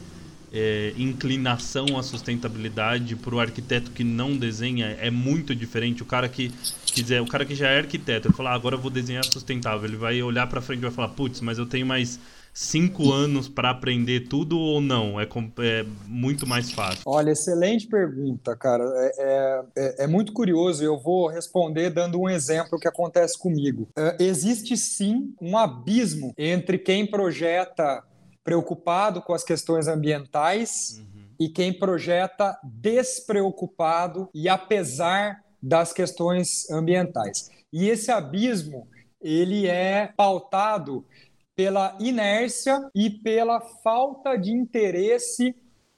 é, inclinação à sustentabilidade para o arquiteto que não desenha é muito diferente. O cara que quiser, o cara que já é arquiteto, ele fala, ah, agora eu vou desenhar sustentável, ele vai olhar para frente e vai falar, putz, mas eu tenho mais cinco anos para aprender tudo ou não? É, é muito mais fácil. Olha, excelente pergunta, cara. É, é, é muito curioso. Eu vou responder dando um exemplo que acontece comigo. É, existe sim um abismo entre quem projeta preocupado com as questões ambientais uhum. e quem projeta despreocupado e apesar das questões ambientais. E esse abismo, ele é pautado pela inércia e pela falta de interesse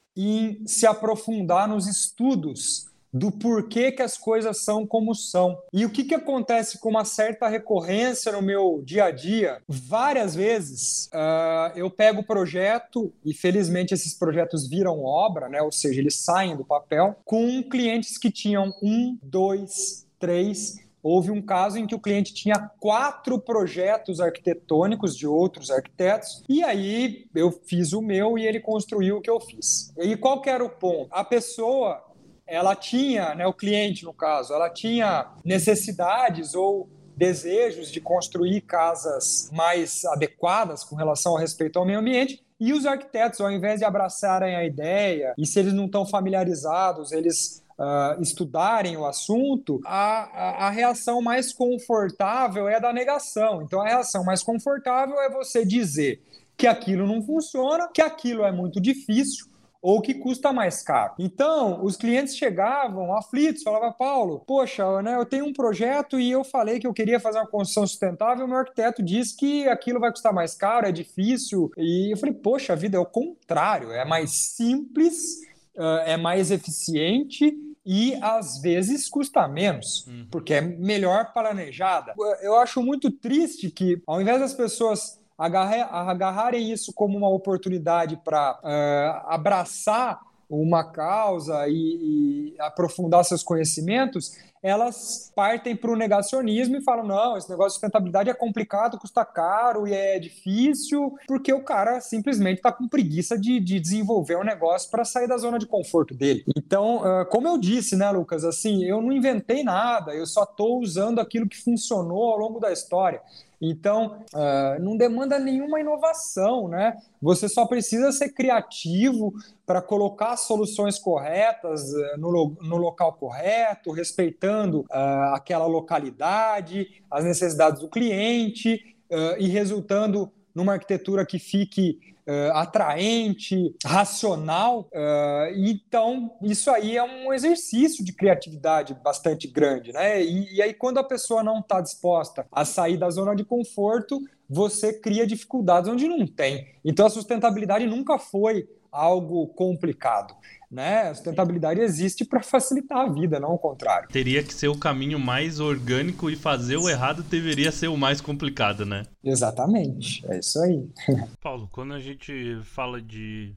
em se aprofundar nos estudos do porquê que as coisas são como são. E o que, que acontece com uma certa recorrência no meu dia a dia? Várias vezes uh, eu pego o projeto, e felizmente esses projetos viram obra, né? Ou seja, eles saem do papel, com clientes que tinham um, dois, três... Houve um caso em que o cliente tinha quatro projetos arquitetônicos de outros arquitetos, e aí eu fiz o meu e ele construiu o que eu fiz. E qual que era o ponto? A pessoa, ela tinha, né, o cliente no caso, ela tinha necessidades ou desejos de construir casas mais adequadas com relação ao respeito ao meio ambiente, e os arquitetos, ao invés de abraçarem a ideia, e se eles não estão familiarizados, eles Uh, estudarem o assunto, a, a, a reação mais confortável é a da negação. Então, a reação mais confortável é você dizer que aquilo não funciona, que aquilo é muito difícil ou que custa mais caro. Então, os clientes chegavam aflitos, falavam, Paulo, poxa, né, eu tenho um projeto e eu falei que eu queria fazer uma construção sustentável, o meu arquiteto disse que aquilo vai custar mais caro, é difícil. E eu falei, poxa vida, é o contrário, é mais simples, Uh, é mais eficiente e, às vezes, custa menos, uhum. porque é melhor planejada. Eu acho muito triste que, ao invés das pessoas agarre, agarrarem isso como uma oportunidade para uh, abraçar uma causa e, e aprofundar seus conhecimentos, elas partem para o negacionismo e falam, não, esse negócio de sustentabilidade é complicado, custa caro e é difícil, porque o cara simplesmente está com preguiça de, de desenvolver um negócio para sair da zona de conforto dele. Então, uh, como eu disse, né, Lucas, assim, eu não inventei nada, eu só estou usando aquilo que funcionou ao longo da história. Então, uh, não demanda nenhuma inovação, né? Você só precisa ser criativo para colocar as soluções corretas uh, no, lo- no local correto, respeitando uh, aquela localidade, as necessidades do cliente uh, e resultando numa arquitetura que fique Uh, atraente, racional. Uh, então, isso aí é um exercício de criatividade bastante grande, né? E, e aí, quando a pessoa não está disposta a sair da zona de conforto, você cria dificuldades onde não tem. Então, a sustentabilidade nunca foi algo complicado, né? A sustentabilidade existe para facilitar a vida, não o contrário. Teria que ser o caminho mais orgânico e fazer o errado deveria ser o mais complicado, né? Exatamente, é isso aí. Paulo, quando a gente fala de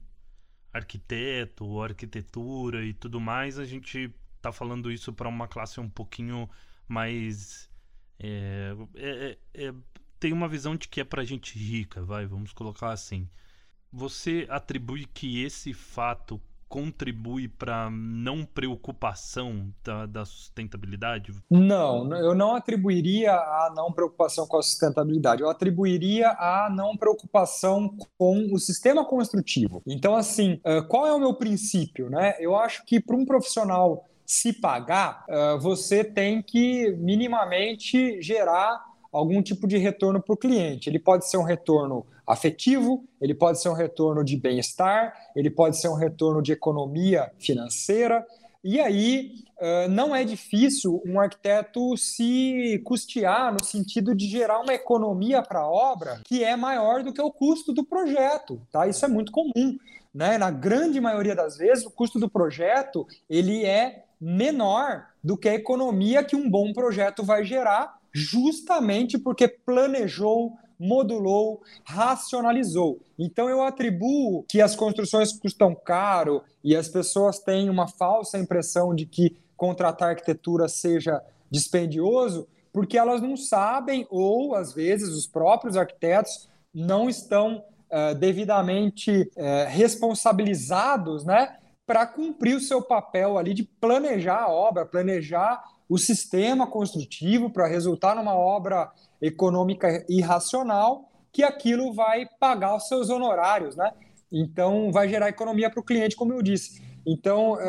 arquiteto, arquitetura e tudo mais, a gente tá falando isso para uma classe um pouquinho mais... É, é, é, tem uma visão de que é para gente rica, vai, vamos colocar assim. Você atribui que esse fato contribui para não preocupação da, da sustentabilidade? Não, eu não atribuiria a não preocupação com a sustentabilidade, eu atribuiria a não preocupação com o sistema construtivo. Então, assim, qual é o meu princípio, né? Eu acho que para um profissional se pagar, você tem que minimamente gerar algum tipo de retorno para o cliente. Ele pode ser um retorno afetivo, ele pode ser um retorno de bem-estar, ele pode ser um retorno de economia financeira. E aí uh, não é difícil um arquiteto se custear no sentido de gerar uma economia para a obra que é maior do que o custo do projeto. Tá? Isso é muito comum, né? Na grande maioria das vezes, o custo do projeto ele é menor do que a economia que um bom projeto vai gerar, justamente porque planejou, modulou, racionalizou. Então eu atribuo que as construções custam caro e as pessoas têm uma falsa impressão de que contratar arquitetura seja dispendioso, porque elas não sabem ou, às vezes, os próprios arquitetos não estão uh, devidamente uh, responsabilizados, né, para cumprir o seu papel ali de planejar a obra, planejar o sistema construtivo para resultar numa obra econômica e racional, que aquilo vai pagar os seus honorários, né? Então, vai gerar economia para o cliente, como eu disse. Então, uh,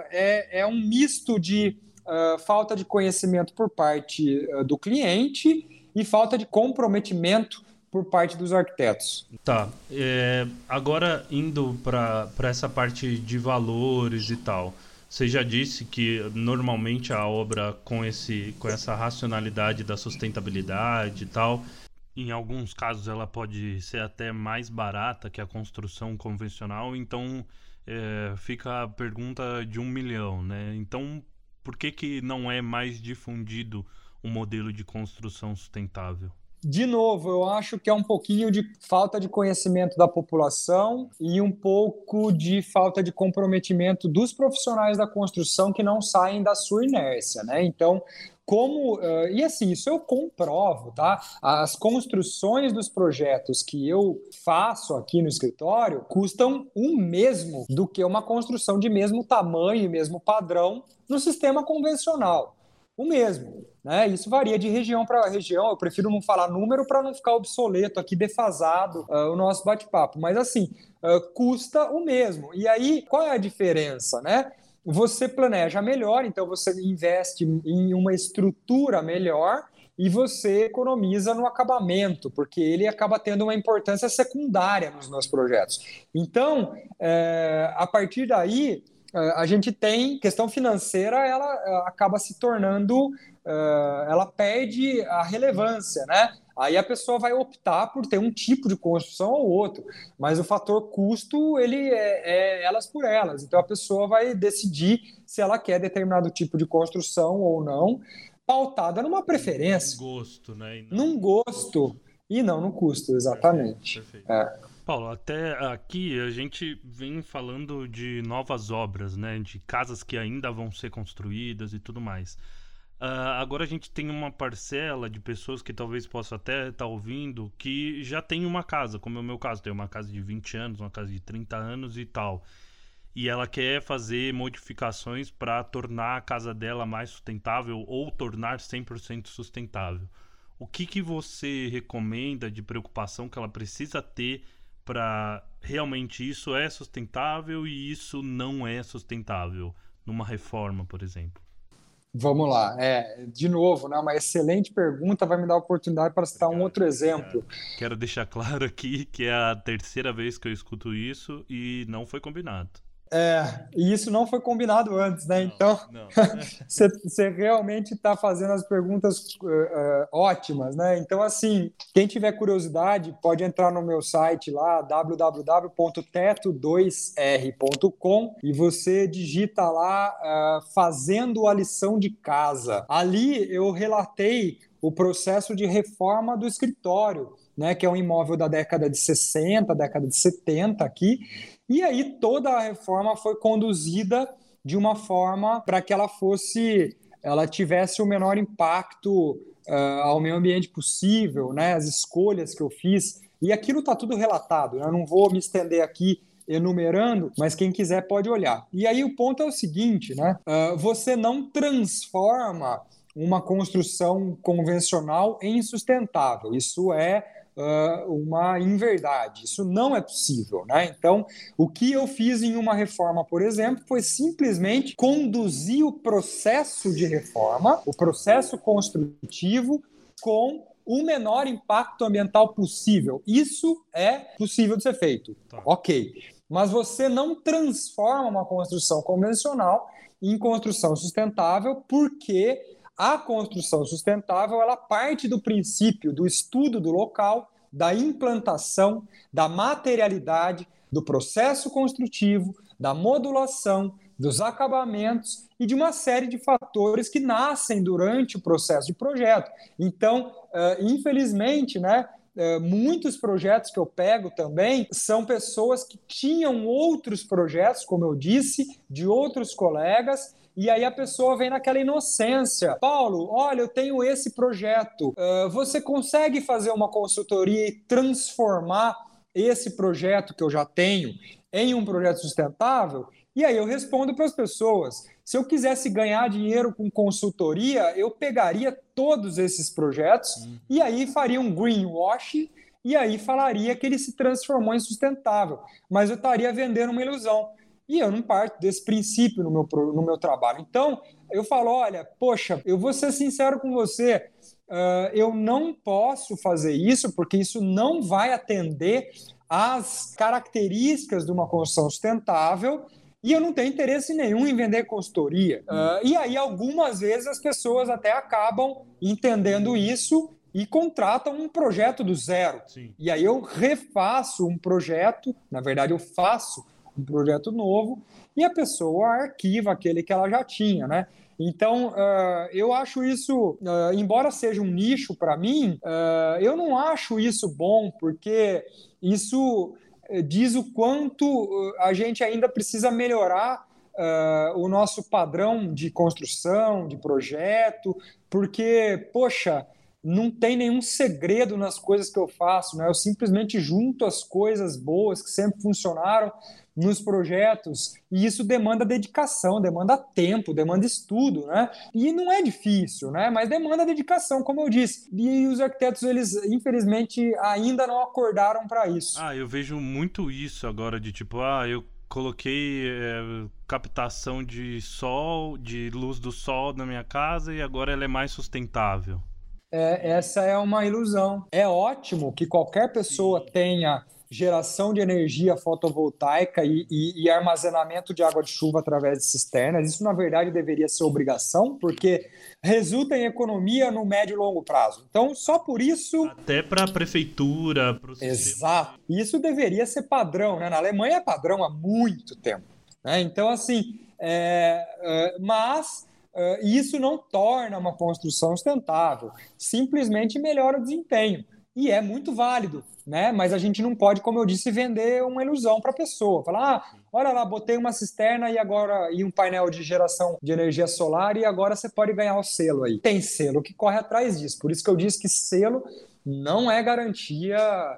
é, é um misto de uh, falta de conhecimento por parte uh, do cliente e falta de comprometimento por parte dos arquitetos. Tá. É, agora, indo para essa parte de valores e tal, você já disse que normalmente a obra com, esse, com essa racionalidade da sustentabilidade e tal, em alguns casos ela pode ser até mais barata que a construção convencional, então é, fica a pergunta de um milhão, né? Então, por que que não é mais difundido o modelo de construção sustentável? De novo, eu acho que é um pouquinho de falta de conhecimento da população e um pouco de falta de comprometimento dos profissionais da construção que não saem da sua inércia, né? Então, como... Uh, e assim, isso eu comprovo, tá? As construções dos projetos que eu faço aqui no escritório custam o mesmo do que uma construção de mesmo tamanho e mesmo padrão no sistema convencional. O mesmo, né? Isso varia de região para região. Eu prefiro não falar número para não ficar obsoleto aqui, defasado uh, o nosso bate-papo. Mas assim, uh, custa o mesmo. E aí, qual é a diferença, né? Você planeja melhor, então você investe em uma estrutura melhor e você economiza no acabamento, porque ele acaba tendo uma importância secundária nos meus projetos. Então, é, a partir daí, a gente tem questão financeira, ela acaba se tornando, ela perde a relevância, né? Aí a pessoa vai optar por ter um tipo de construção ou outro, mas o fator custo, ele é, é elas por elas. Então a pessoa vai decidir se ela quer determinado tipo de construção ou não, pautada numa preferência. Num gosto, né? E não num gosto, custo. E não no custo, exatamente. Perfeito, perfeito. É. Paulo, até aqui a gente vem falando de novas obras, né? De casas que ainda vão ser construídas e tudo mais. Uh, agora a gente tem uma parcela de pessoas que talvez possa até estar tá ouvindo que já tem uma casa, como é o meu caso, tem uma casa de vinte anos, uma casa de trinta anos e tal. E ela quer fazer modificações para tornar a casa dela mais sustentável ou tornar cem por cento sustentável. O que, que você recomenda de preocupação que ela precisa ter para realmente isso é sustentável e isso não é sustentável numa reforma, por exemplo? Vamos lá. É, de novo, né, uma excelente pergunta, vai me dar a oportunidade para citar obrigado, um outro exemplo. Obrigado. Quero deixar claro aqui que é a terceira vez que eu escuto isso e não foi combinado. É, e isso não foi combinado antes, né? Não, então, você realmente está fazendo as perguntas uh, uh, ótimas, né? Então, assim, quem tiver curiosidade pode entrar no meu site lá, w w w ponto teto dois r ponto com, e você digita lá uh, fazendo a lição de casa. Ali eu relatei o processo de reforma do escritório, né? Que é um imóvel da década de sessenta, década de setenta aqui. E aí toda a reforma foi conduzida de uma forma para que ela fosse, ela tivesse o menor impacto uh, ao meio ambiente possível, né? As escolhas que eu fiz. E aquilo está tudo relatado, né? Eu não vou me estender aqui enumerando, mas quem quiser pode olhar. E aí o ponto é o seguinte, né? Uh, você não transforma uma construção convencional em sustentável. Isso é Uh, uma inverdade. Isso não é possível, né? Então, o que eu fiz em uma reforma, por exemplo, foi simplesmente conduzir o processo de reforma, o processo construtivo, com o menor impacto ambiental possível. Isso é possível de ser feito. Tá. Ok. Mas você não transforma uma construção convencional em construção sustentável, porque a construção sustentável, ela parte do princípio do estudo do local, da implantação, da materialidade, do processo construtivo, da modulação, dos acabamentos e de uma série de fatores que nascem durante o processo de projeto. Então, infelizmente, né, muitos projetos que eu pego também são pessoas que tinham outros projetos, como eu disse, de outros colegas. E aí a pessoa vem naquela inocência. Paulo, olha, eu tenho esse projeto. Uh, você consegue fazer uma consultoria e transformar esse projeto que eu já tenho em um projeto sustentável? E aí eu respondo para as pessoas. Se eu quisesse ganhar dinheiro com consultoria, eu pegaria todos esses projetos uhum. e aí faria um greenwashing e aí falaria que ele se transformou em sustentável. Mas eu estaria vendendo uma ilusão. E eu não parto desse princípio no meu, no meu trabalho. Então, eu falo, olha, poxa, eu vou ser sincero com você, uh, eu não posso fazer isso porque isso não vai atender às características de uma construção sustentável e eu não tenho interesse nenhum em vender consultoria. Uh, e aí, algumas vezes, as pessoas até acabam entendendo isso e contratam um projeto do zero. Sim. E aí eu refaço um projeto, na verdade eu faço um projeto novo, e a pessoa arquiva aquele que ela já tinha, né? Então, uh, eu acho isso, uh, embora seja um nicho para mim, uh, eu não acho isso bom, porque isso uh, diz o quanto uh, a gente ainda precisa melhorar uh, o nosso padrão de construção, de projeto, porque, poxa, não tem nenhum segredo nas coisas que eu faço, né? Eu simplesmente junto as coisas boas que sempre funcionaram nos projetos, e isso demanda dedicação, demanda tempo, demanda estudo, né? E não é difícil, né? Mas demanda dedicação, como eu disse. E os arquitetos, eles, infelizmente, ainda não acordaram para isso. Ah, eu vejo muito isso agora, de tipo, ah, eu coloquei é, captação de sol, de luz do sol na minha casa e agora ela é mais sustentável. É, essa é uma ilusão. É ótimo que qualquer pessoa Sim. tenha geração de energia fotovoltaica e, e, e armazenamento de água de chuva através de cisternas. Isso, na verdade, deveria ser obrigação, porque resulta em economia no médio e longo prazo. Então, só por isso... Até para a prefeitura... Pro Exato. Isso deveria ser padrão, né? Na Alemanha é padrão há muito tempo, né? Então, assim, é, é, mas... Uh, isso não torna uma construção sustentável, simplesmente melhora o desempenho. E é muito válido, né? Mas a gente não pode, como eu disse, vender uma ilusão para a pessoa. Falar, ah, olha lá, botei uma cisterna e agora e um painel de geração de energia solar e agora você pode ganhar o selo aí. Tem selo que corre atrás disso. Por isso que eu disse que selo não é garantia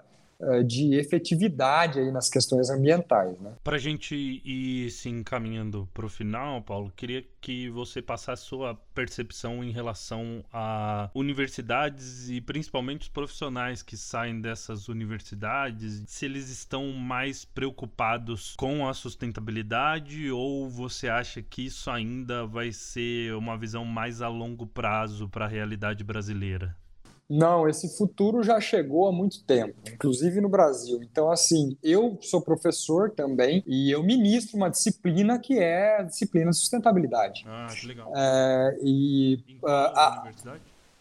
de efetividade aí nas questões ambientais, né? Para a gente ir se encaminhando para o final, Paulo, queria que você passasse sua percepção em relação a universidades e principalmente os profissionais que saem dessas universidades, se eles estão mais preocupados com a sustentabilidade ou você acha que isso ainda vai ser uma visão mais a longo prazo para a realidade brasileira? Não, esse futuro já chegou há muito tempo, inclusive no Brasil. Então, assim, eu sou professor também e eu ministro uma disciplina que é a disciplina de sustentabilidade. Ah, que legal. É, e, em qual uh, a, universidade?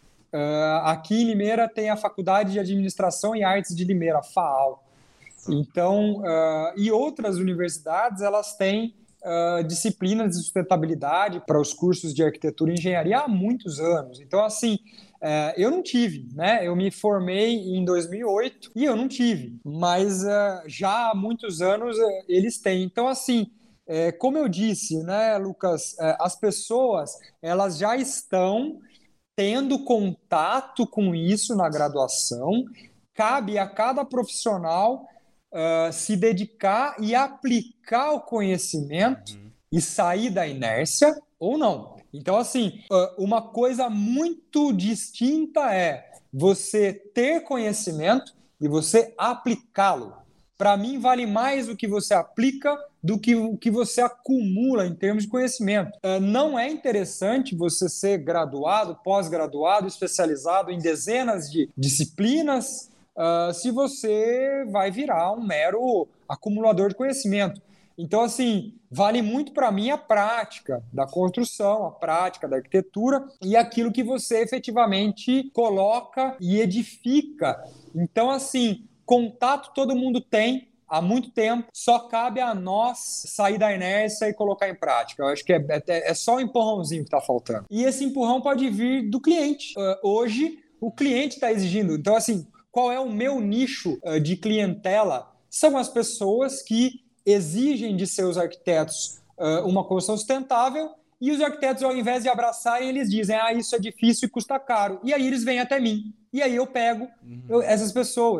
Uh, aqui em Limeira tem a Faculdade de Administração e Artes de Limeira, FAAL. Ah. Então, uh, e outras universidades, elas têm uh, disciplinas de sustentabilidade para os cursos de arquitetura e engenharia há muitos anos. Então, assim... Uh, eu não tive, né? Eu me formei em dois mil e oito e eu não tive, mas uh, já há muitos anos uh, eles têm. Então, assim, uh, como eu disse, né, Lucas, uh, as pessoas elas já estão tendo contato com isso na graduação. Cabe a cada profissional uh, se dedicar e aplicar o conhecimento uhum. e sair da inércia ou não. Então, assim, uma coisa muito distinta é você ter conhecimento e você aplicá-lo. Para mim, vale mais o que você aplica do que o que você acumula em termos de conhecimento. Não é interessante você ser graduado, pós-graduado, especializado em dezenas de disciplinas, se você vai virar um mero acumulador de conhecimento. Então, assim, vale muito para mim a prática da construção, a prática da arquitetura e aquilo que você efetivamente coloca e edifica. Então, assim, contato todo mundo tem há muito tempo, só cabe a nós sair da inércia e colocar em prática. Eu acho que é, é, é só um empurrãozinho que está faltando. E esse empurrão pode vir do cliente. Uh, hoje, o cliente está exigindo. Então, assim, qual é o meu nicho uh, de clientela? São as pessoas que exigem de seus arquitetos uh, uma construção sustentável e os arquitetos, ao invés de abraçarem, eles dizem, ah, isso é difícil e custa caro. E aí eles vêm até mim. E aí eu pego uhum. eu, essas pessoas.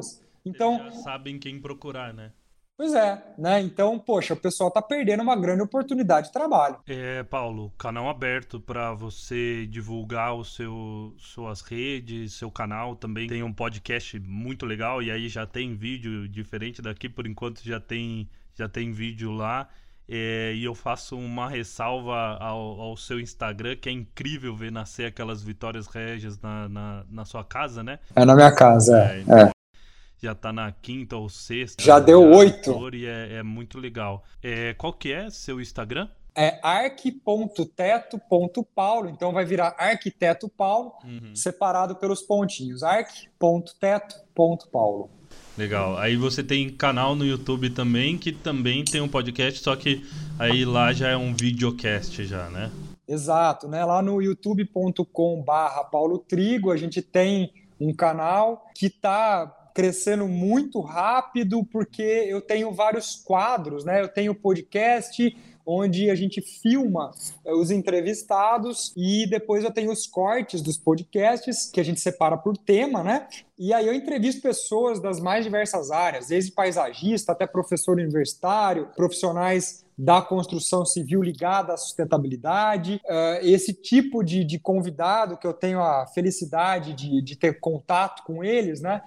Então, eles já sabem quem procurar, né? Pois é, né? Então, poxa, o pessoal tá perdendo uma grande oportunidade de trabalho. É, Paulo, canal aberto para você divulgar o seu, suas redes, seu canal também tem um podcast muito legal e aí já tem vídeo diferente daqui, por enquanto já tem, já tem vídeo lá. É, e eu faço uma ressalva ao, ao seu Instagram, que é incrível ver nascer aquelas vitórias régias na, na, na sua casa, né? É na minha casa, É, é. então, é. já tá na quinta ou sexta. Já deu oito. E é, é muito legal. É, qual que é seu Instagram? É arq ponto teto ponto paulo, então vai virar Arquiteto Paulo, Uhum. separado pelos pontinhos. arq ponto teto ponto paulo. Legal. Aí você tem canal no YouTube também, que também tem um podcast, só que aí lá já é um videocast já, né? Exato, né? Lá no youtube ponto com barra Paulo Trigo, a gente tem um canal que está crescendo muito rápido, porque eu tenho vários quadros, né? Eu tenho podcast onde a gente filma os entrevistados e depois eu tenho os cortes dos podcasts que a gente separa por tema, né? E aí eu entrevisto pessoas das mais diversas áreas, desde paisagista até professor universitário, profissionais da construção civil ligada à sustentabilidade. Uh, esse tipo de, de convidado que eu tenho a felicidade de, de ter contato com eles, né?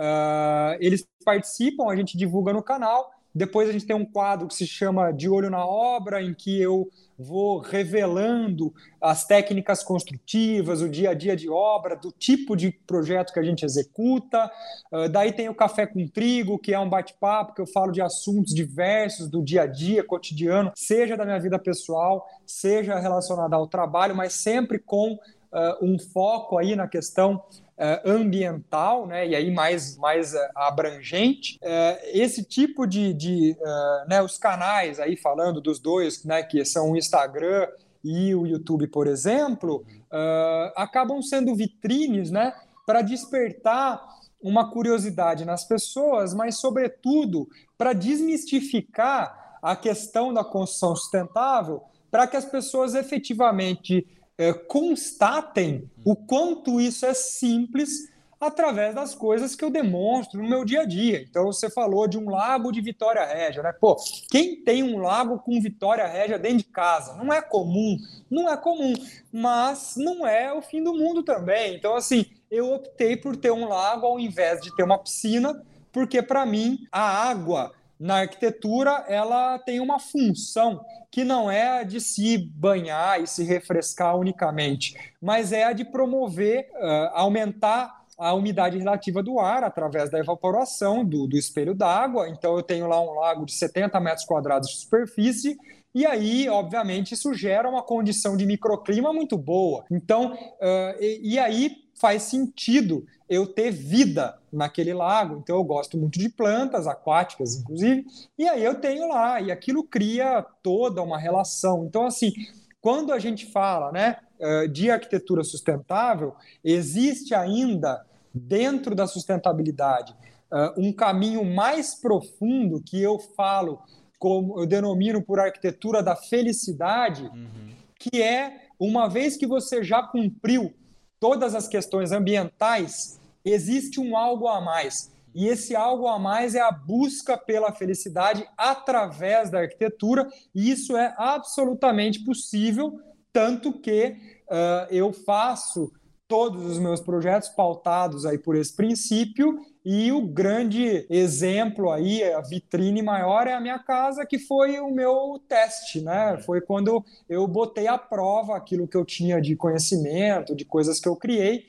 Uh, eles participam, a gente divulga no canal. Depois a gente tem um quadro que se chama De Olho na Obra, em que eu vou revelando as técnicas construtivas, o dia a dia de obra, do tipo de projeto que a gente executa. Uh, daí tem o Café com Trigo, que é um bate-papo que eu falo de assuntos diversos do dia a dia, cotidiano, seja da minha vida pessoal, seja relacionada ao trabalho, mas sempre com uh, um foco aí na questão Uh, ambiental, né, e aí mais, mais uh, abrangente. Uh, esse tipo de, de uh, né, os canais aí falando dos dois, né, que são o Instagram e o YouTube, por exemplo, uh, acabam sendo vitrines, né, para despertar uma curiosidade nas pessoas, mas sobretudo para desmistificar a questão da construção sustentável, para que as pessoas efetivamente É, constatem o quanto isso é simples através das coisas que eu demonstro no meu dia a dia. Então, você falou de um lago de Vitória Régia, né? Pô, quem tem um lago com Vitória Régia dentro de casa? Não é comum, não é comum, mas não é o fim do mundo também. Então, assim, eu optei por ter um lago ao invés de ter uma piscina, porque, para mim, a água na arquitetura, ela tem uma função que não é a de se banhar e se refrescar unicamente, mas é a de promover, uh, aumentar a umidade relativa do ar através da evaporação do, do espelho d'água. Então, eu tenho lá um lago de setenta metros quadrados de superfície, e aí, obviamente, isso gera uma condição de microclima muito boa. Então, uh, e, e aí faz sentido eu ter vida naquele lago. Então eu gosto muito de plantas aquáticas, inclusive, e aí eu tenho lá, e aquilo cria toda uma relação. Então, assim, quando a gente fala, né, de arquitetura sustentável, existe ainda, dentro da sustentabilidade, um caminho mais profundo que eu falo, como eu denomino por arquitetura da felicidade, uhum. que é, uma vez que você já cumpriu todas as questões ambientais, existe um algo a mais. E esse algo a mais é a busca pela felicidade através da arquitetura, e isso é absolutamente possível, tanto que uh, eu faço todos os meus projetos pautados aí por esse princípio, e o grande exemplo aí, a vitrine maior é a minha casa, que foi o meu teste, né? Foi quando eu botei à prova aquilo que eu tinha de conhecimento, de coisas que eu criei,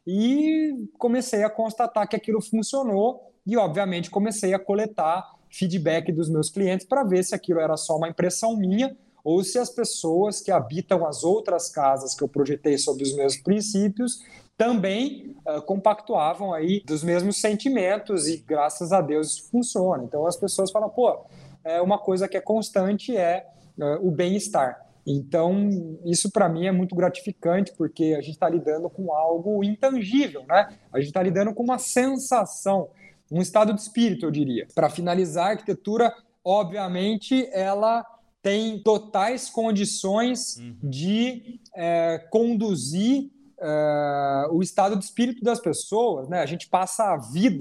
e comecei a constatar que aquilo funcionou, e obviamente comecei a coletar feedback dos meus clientes para ver se aquilo era só uma impressão minha, ou se as pessoas que habitam as outras casas que eu projetei sob os meus princípios também uh, compactuavam aí dos mesmos sentimentos, e graças a Deus isso funciona. Então as pessoas falam, pô, é uma coisa que é constante é uh, o bem-estar. Então isso para mim é muito gratificante, porque a gente está lidando com algo intangível, né? A gente está lidando com uma sensação, um estado de espírito, eu diria. Para finalizar, a arquitetura, obviamente, ela tem totais condições de é, conduzir é, o estado de espírito das pessoas, né? A gente passa a vida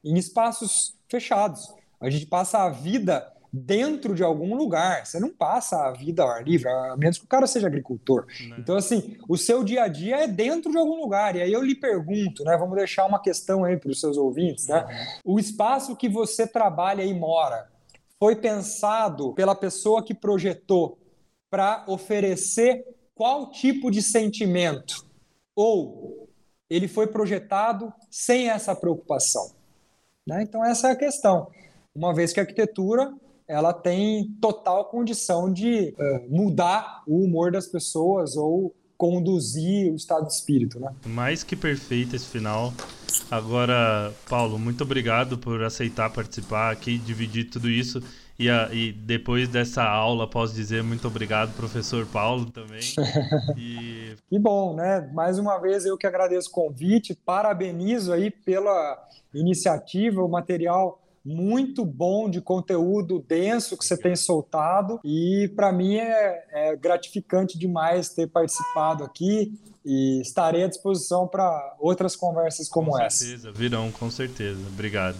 em espaços fechados. A gente passa a vida dentro de algum lugar. Você não passa a vida ao ar livre, a menos que o cara seja agricultor. Não. Então, assim, o seu dia a dia é dentro de algum lugar. E aí eu lhe pergunto, né? Vamos deixar uma questão aí para os seus ouvintes, né? Uhum. O espaço que você trabalha e mora foi pensado pela pessoa que projetou para oferecer qual tipo de sentimento? Ou ele foi projetado sem essa preocupação? Né? Então, essa é a questão. Uma vez que a arquitetura ela tem total condição de uh, mudar o humor das pessoas ou conduzir o estado de espírito, né? Mais que perfeito esse final. Agora, Paulo, muito obrigado por aceitar participar aqui, dividir tudo isso. E, a, e depois dessa aula, posso dizer muito obrigado, professor Paulo, também. E... Que bom, né? Mais uma vez eu que agradeço o convite, parabenizo aí pela iniciativa, o material muito bom de conteúdo denso que você tem soltado e para mim é, é gratificante demais ter participado aqui e estarei à disposição para outras conversas como com essa. Com certeza, virão, com certeza. Obrigado.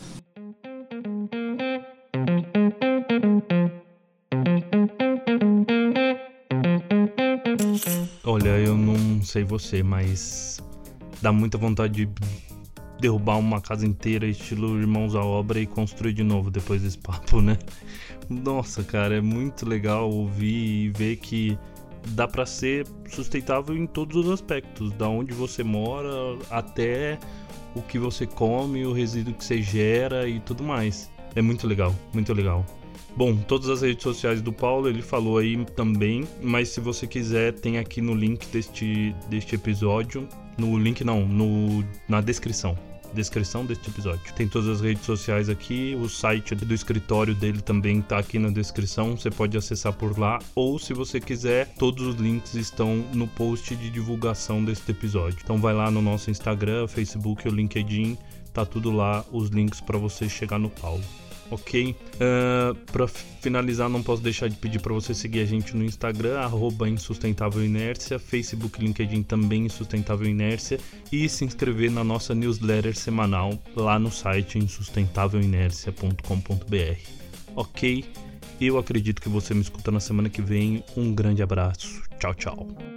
Olha, eu não sei você, mas dá muita vontade de derrubar uma casa inteira, estilo Irmãos à Obra, e construir de novo depois desse papo, né? Nossa, cara, é muito legal ouvir e ver que dá pra ser sustentável em todos os aspectos, da onde você mora até o que você come, o resíduo que você gera e tudo mais. É muito legal, muito legal. Bom, todas as redes sociais do Paulo ele falou aí também, mas se você quiser, tem aqui no link deste, deste episódio, no link não, no, na descrição. descrição deste episódio. Tem todas as redes sociais aqui, o site do escritório dele também tá aqui na descrição, você pode acessar por lá, ou se você quiser, todos os links estão no post de divulgação deste episódio. Então vai lá no nosso Instagram, Facebook ou LinkedIn, tá tudo lá, os links para você chegar no Paulo. Ok? Uh, para finalizar, não posso deixar de pedir para você seguir a gente no Instagram, arroba Insustentável Inércia, Facebook e LinkedIn também Insustentável Inércia, e se inscrever na nossa newsletter semanal lá no site insustentável inércia ponto com ponto b r. Ok? Eu acredito que você me escuta na semana que vem. Um grande abraço. Tchau, tchau.